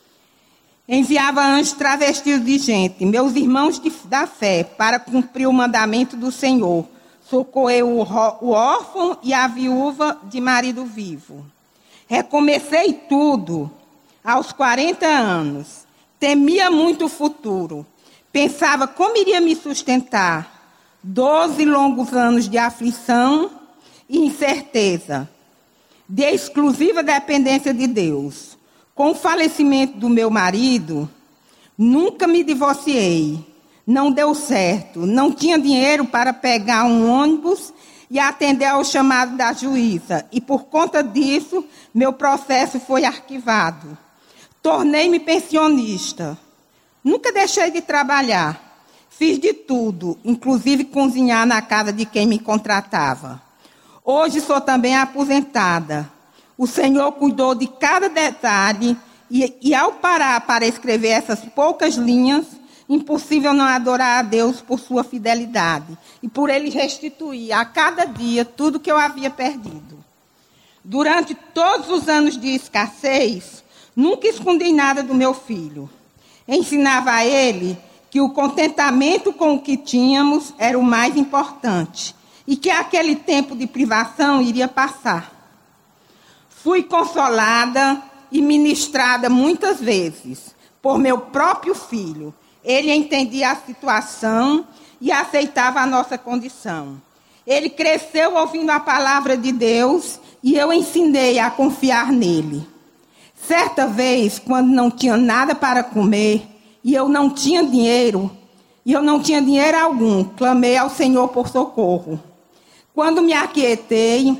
Speaker 2: Enviava anjos travestidos de gente, meus irmãos de, da fé, para cumprir o mandamento do Senhor. Socorreu o, o órfão e a viúva de marido vivo. Recomecei tudo aos quarenta anos. Temia muito o futuro. Pensava como iria me sustentar. Doze longos anos de aflição e incerteza, de exclusiva dependência de Deus. Com o falecimento do meu marido, nunca me divorciei. Não deu certo. Não tinha dinheiro para pegar um ônibus e atender ao chamado da juíza. E por conta disso, meu processo foi arquivado. Tornei-me pensionista. Nunca deixei de trabalhar. Fiz de tudo, inclusive cozinhar na casa de quem me contratava. Hoje sou também aposentada. O Senhor cuidou de cada detalhe e, e ao parar para escrever essas poucas linhas, impossível não adorar a Deus por sua fidelidade e por Ele restituir a cada dia tudo que eu havia perdido. Durante todos os anos de escassez, nunca escondi nada do meu filho. Ensinava a ele que o contentamento com o que tínhamos era o mais importante e que aquele tempo de privação iria passar. Fui consolada e ministrada muitas vezes por meu próprio filho. Ele entendia a situação e aceitava a nossa condição. Ele cresceu ouvindo a palavra de Deus e eu ensinei a confiar nele. Certa vez, quando não tinha nada para comer e eu não tinha dinheiro, e eu não tinha dinheiro algum, clamei ao Senhor por socorro. Quando me aquietei,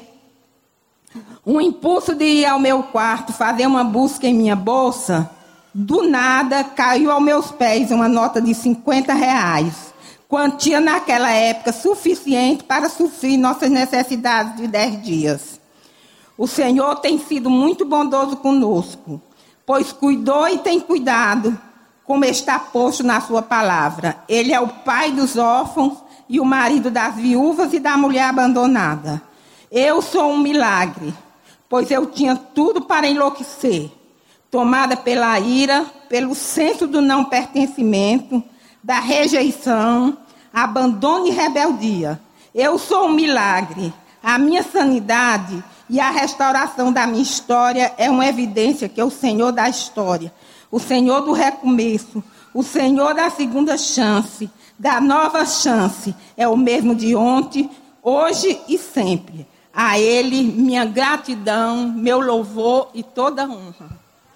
Speaker 2: um impulso de ir ao meu quarto, fazer uma busca em minha bolsa, do nada caiu aos meus pés uma nota de cinquenta reais, quantia naquela época suficiente para suprir nossas necessidades de dez dias. O Senhor tem sido muito bondoso conosco, pois cuidou e tem cuidado, como está posto na sua palavra. Ele é o pai dos órfãos e o marido das viúvas e da mulher abandonada. Eu sou um milagre, pois eu tinha tudo para enlouquecer, tomada pela ira, pelo senso do não pertencimento, da rejeição, abandono e rebeldia. Eu sou um milagre. A minha sanidade e a restauração da minha história é uma evidência que o Senhor da história, o Senhor do recomeço, o Senhor da segunda chance, da nova chance, é o mesmo de ontem, hoje e sempre. A Ele, minha gratidão, meu louvor e toda honra.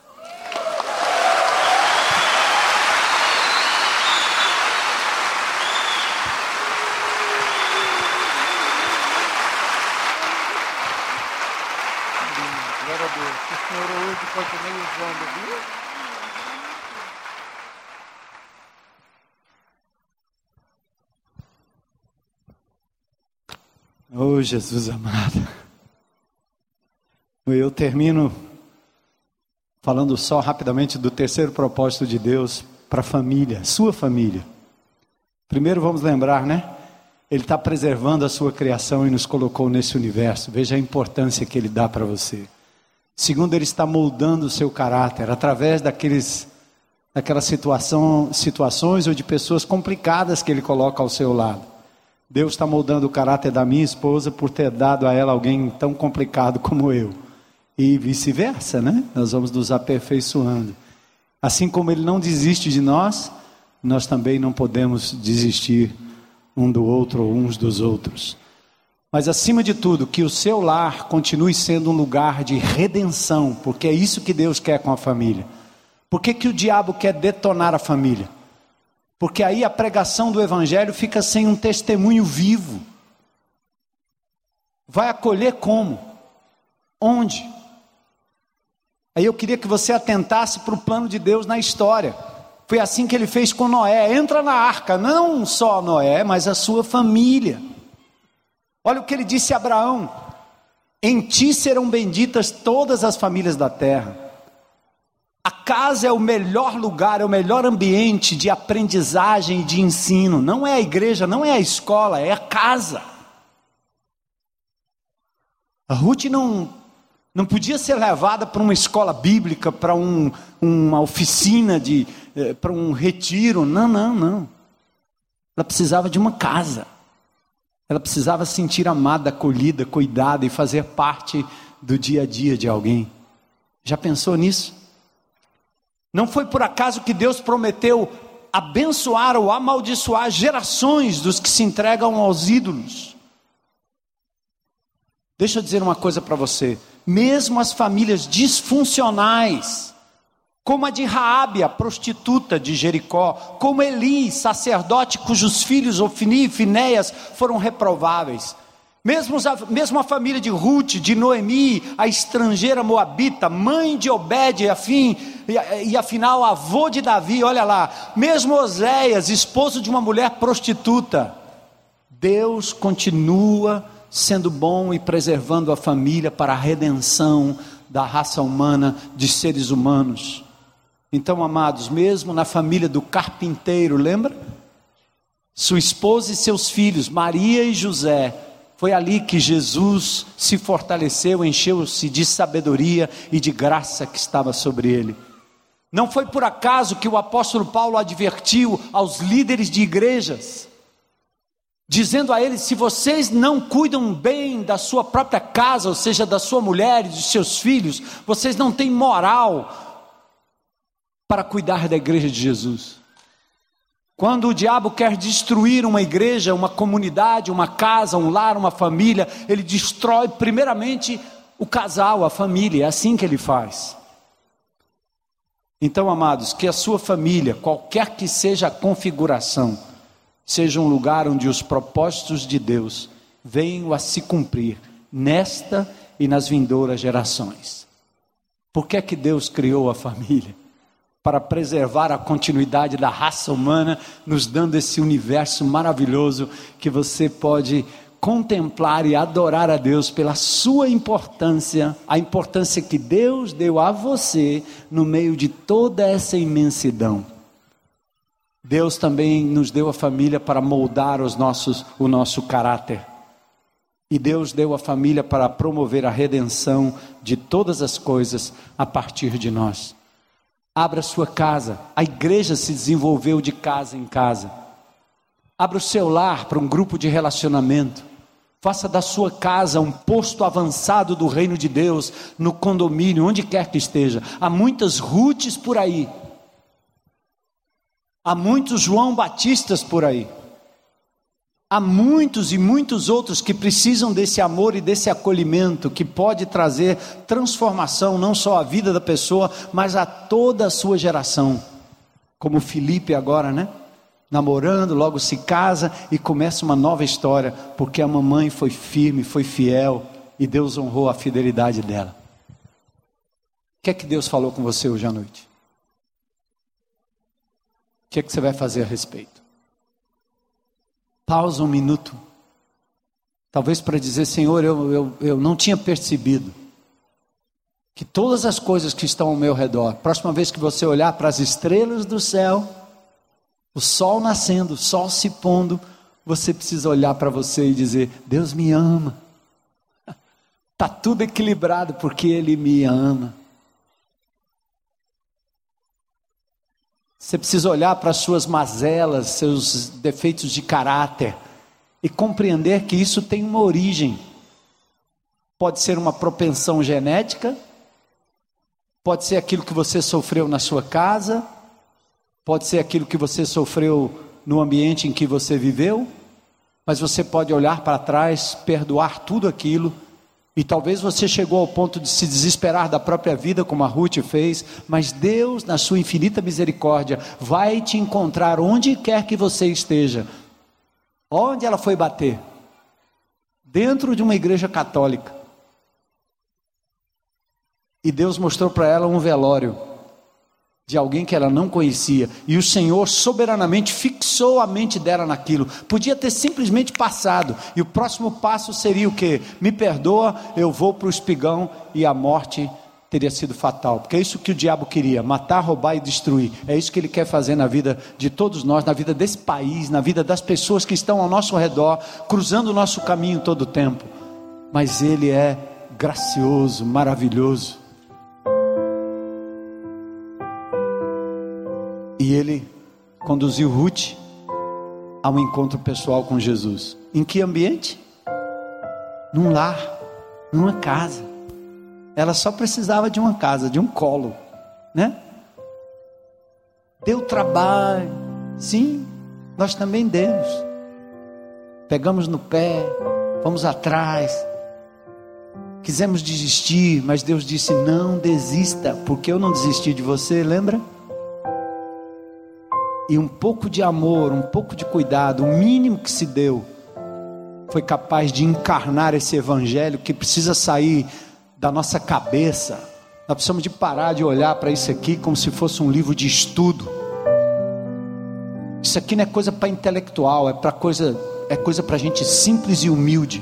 Speaker 3: Glória a Deus. O Senhor hoje continue usando, viu?
Speaker 1: Oh, Jesus amado. Eu termino falando só rapidamente do terceiro propósito de Deus para a família, sua família. Primeiro vamos lembrar, né? Ele está preservando a sua criação e nos colocou nesse universo. Veja a importância que Ele dá para você. Segundo, Ele está moldando o seu caráter através daqueles, daquelas situação, situações ou de pessoas complicadas que Ele coloca ao seu lado. Deus está moldando o caráter da minha esposa por ter dado a ela alguém tão complicado como eu. E vice-versa, né? Nós vamos nos aperfeiçoando. Assim como Ele não desiste de nós, nós também não podemos desistir um do outro ou uns dos outros. Mas acima de tudo, que o seu lar continue sendo um lugar de redenção, porque é isso que Deus quer com a família. Por que que o diabo quer detonar a família? Porque aí a pregação do evangelho fica sem um testemunho vivo. Vai acolher como? Onde? Aí eu queria que você atentasse para o plano de Deus na história. Foi assim que Ele fez com Noé. Entra na arca, não só Noé, mas a sua família. Olha o que Ele disse a Abraão: em ti serão benditas todas as famílias da terra. A casa é o melhor lugar, é o melhor ambiente de aprendizagem e de ensino. Não é a igreja, não é a escola, é a casa. A Ruth não, não podia ser levada para uma escola bíblica, para um, uma oficina, de, eh, para um retiro. Não, não, não. Ela precisava de uma casa. Ela precisava se sentir amada, acolhida, cuidada e fazer parte do dia a dia de alguém. Já pensou nisso? Não foi por acaso que Deus prometeu abençoar ou amaldiçoar gerações dos que se entregam aos ídolos. Deixa eu dizer uma coisa para você. Mesmo as famílias disfuncionais, como a de Raabe, a prostituta de Jericó, como Eli, sacerdote cujos filhos Ofni e Finéias foram reprováveis, mesmo a, mesmo a família de Ruth, de Noemi, a estrangeira moabita, mãe de Obed, afim, e, e afinal avô de Davi, olha lá, mesmo Oséias, esposo de uma mulher prostituta, Deus continua sendo bom e preservando a família para a redenção da raça humana, de seres humanos. Então, amados, mesmo na família do carpinteiro, lembra? Sua esposa e seus filhos, Maria e José, foi ali que Jesus se fortaleceu, encheu-se de sabedoria e de graça que estava sobre ele. Não foi por acaso que o apóstolo Paulo advertiu aos líderes de igrejas, dizendo a eles: se vocês não cuidam bem da sua própria casa, ou seja, da sua mulher e dos seus filhos, vocês não têm moral para cuidar da igreja de Jesus. Quando o diabo quer destruir uma igreja, uma comunidade, uma casa, um lar, uma família, ele destrói primeiramente o casal, a família. É assim que ele faz. Então, amados, que a sua família, qualquer que seja a configuração, seja um lugar onde os propósitos de Deus venham a se cumprir nesta e nas vindouras gerações. Por que é que Deus criou a família? Para preservar a continuidade da raça humana, nos dando esse universo maravilhoso que você pode contemplar e adorar a Deus pela sua importância, a importância que Deus deu a você no meio de toda essa imensidão. Deus também nos deu a família para moldar os nossos, o nosso caráter. E Deus deu a família para promover a redenção de todas as coisas a partir de nós. Abra sua casa. A igreja se desenvolveu de casa em casa. Abra o seu lar para um grupo de relacionamento. Faça da sua casa um posto avançado do reino de Deus, no condomínio, onde quer que esteja. Há muitas Ruths por aí. Há muitos João Batistas por aí. Há muitos e muitos outros que precisam desse amor e desse acolhimento, que pode trazer transformação, não só à vida da pessoa, mas a toda a sua geração. Como Felipe agora, né? Namorando, logo se casa e começa uma nova história, porque a mamãe foi firme, foi fiel, e Deus honrou a fidelidade dela. O que é que Deus falou com você hoje à noite? O que é que você vai fazer a respeito? Pausa um minuto, talvez para dizer: Senhor, eu, eu, eu não tinha percebido, que todas as coisas que estão ao meu redor, próxima vez que você olhar para as estrelas do céu, o sol nascendo, o sol se pondo, você precisa olhar para você e dizer: Deus me ama. Está tudo equilibrado porque Ele me ama. Você precisa olhar para as suas mazelas, seus defeitos de caráter e compreender que isso tem uma origem. Pode ser uma propensão genética, pode ser aquilo que você sofreu na sua casa, pode ser aquilo que você sofreu no ambiente em que você viveu, mas você pode olhar para trás, perdoar tudo aquilo, e talvez você chegou ao ponto de se desesperar da própria vida, como a Ruth fez, mas Deus, na sua infinita misericórdia, vai te encontrar onde quer que você esteja. Onde ela foi bater? Dentro de uma igreja católica. E Deus mostrou para ela um velório de alguém que ela não conhecia, e o Senhor soberanamente fixou a mente dela naquilo. Podia ter simplesmente passado, e o próximo passo seria o quê? Me perdoa, eu vou para o espigão, e a morte teria sido fatal, porque é isso que o diabo queria: matar, roubar e destruir. É isso que ele quer fazer na vida de todos nós, na vida desse país, na vida das pessoas que estão ao nosso redor, cruzando o nosso caminho todo o tempo. Mas Ele é gracioso, maravilhoso, e Ele conduziu Ruth a um encontro pessoal com Jesus. Em que ambiente? Num lar, numa casa. Ela só precisava de uma casa, de um colo, né? Deu trabalho, sim, nós também demos. Pegamos no pé, fomos atrás, quisemos desistir, mas Deus disse: não desista, porque eu não desisti de você, lembra? E um pouco de amor, um pouco de cuidado, o mínimo que se deu, foi capaz de encarnar esse evangelho que precisa sair da nossa cabeça. Nós precisamos de parar de olhar para isso aqui como se fosse um livro de estudo. Isso aqui não é coisa para intelectual, é para coisa, é coisa para gente simples e humilde,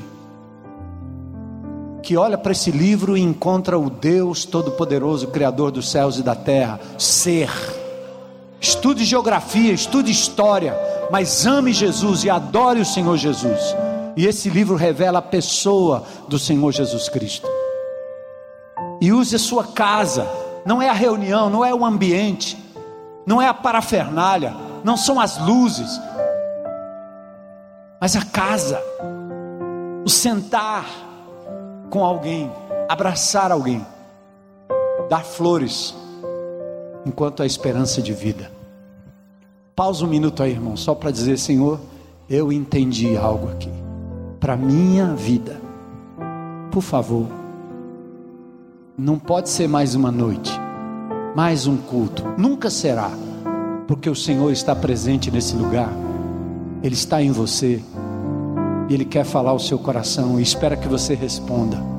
Speaker 1: que olha para esse livro e encontra o Deus Todo-Poderoso, Criador dos céus e da terra, ser. Estude geografia, estude história, mas ame Jesus e adore o Senhor Jesus. E esse livro revela a pessoa do Senhor Jesus Cristo. E use a sua casa. Não é a reunião, não é o ambiente, não é a parafernália, não são as luzes, mas a casa, o sentar com alguém, abraçar alguém, dar flores enquanto há esperança de vida. Pausa um minuto aí, irmão, só para dizer: Senhor, eu entendi algo aqui para minha vida. Por favor, não pode ser mais uma noite, mais um culto, nunca será, porque o Senhor está presente nesse lugar. Ele está em você, e Ele quer falar ao seu coração, e espera que você responda.